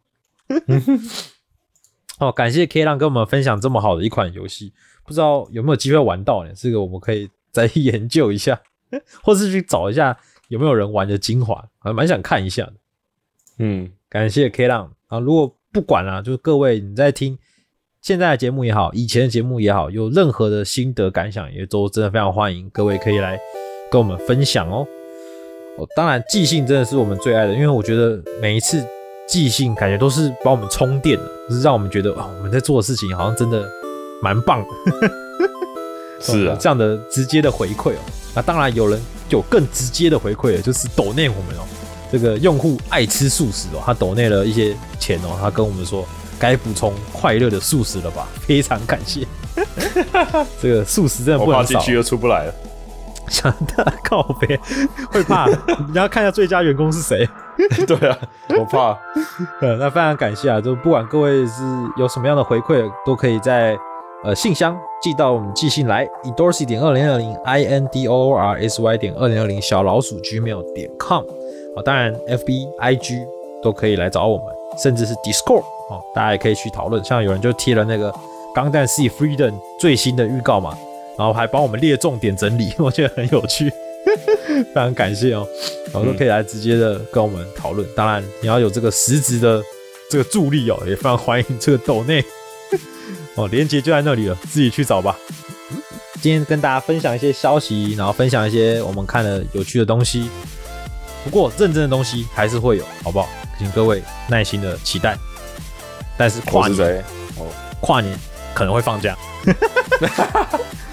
哦，感谢 K 浪跟我们分享这么好的一款游戏，不知道有没有机会玩到呢？这个我们可以再研究一下，或是去找一下。有没有人玩的精华？还蛮想看一下的。嗯，感谢 K 浪啊！如果不管啦、啊，就是各位你在听现在的节目也好，以前的节目也好，有任何的心得感想，也都真的非常欢迎各位可以来跟我们分享哦。哦，当然寄信真的是我们最爱的，因为我觉得每一次寄信感觉都是帮我们充电的，就是让我们觉得啊、哦，我们在做的事情好像真的蛮棒的。 是啊， 这样的直接的回馈哦。那当然有人有更直接的回馈，就是抖内我们哦。这个用户爱吃素食哦，他抖内了一些钱哦，他跟我们说该补充快乐的素食了吧，非常感谢。这个素食真的不能少， 我怕进去又出不来了。 想的靠北，会怕，你要看一下最佳员工是谁。 对啊，我怕。 呃，那非常感谢啊，就不管各位是有什么样的回馈，都可以在呃信箱寄到我们寄信来 ，endorsy 点二零二零 i n d o o r s y 点二零二零小老鼠 gmail 点 com。哦，当然 F B、I G 都可以来找我们，甚至是 Discord 哦，大家也可以去讨论。像有人就贴了那个《钢弹 C Freedom》最新的预告嘛，然后还帮我们列重点整理，我觉得很有趣，非常感谢哦。然后都可以来直接的跟我们讨论。当然你要有这个实质的这个助力哦，也非常欢迎这个抖内哦，连结就在那里了，自己去找吧。今天跟大家分享一些消息，然后分享一些我们看了有趣的东西。不过认真的东西还是会有，好不好？请各位耐心的期待。但是跨年， 哦， 跨年可能会放假。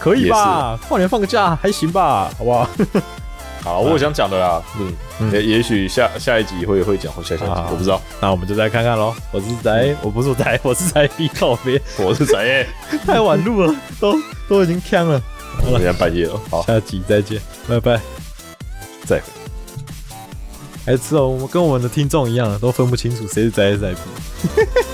可以吧？跨年放个假还行吧，好不好？ 好，我有想讲的啦，嗯， 嗯也也许下下一集会会讲，或下下集好我不知道。 那我们就再看看咯。我是宅，我不是宅，我是宅 B 靠边， 我是宅耶， 太晚录了，都都已经呛了。好了， 现在半夜了，好， 下集再见，拜拜。 再会。 还是哦，我们跟我们的听众一样，都分不清楚谁是宅谁是宅 B。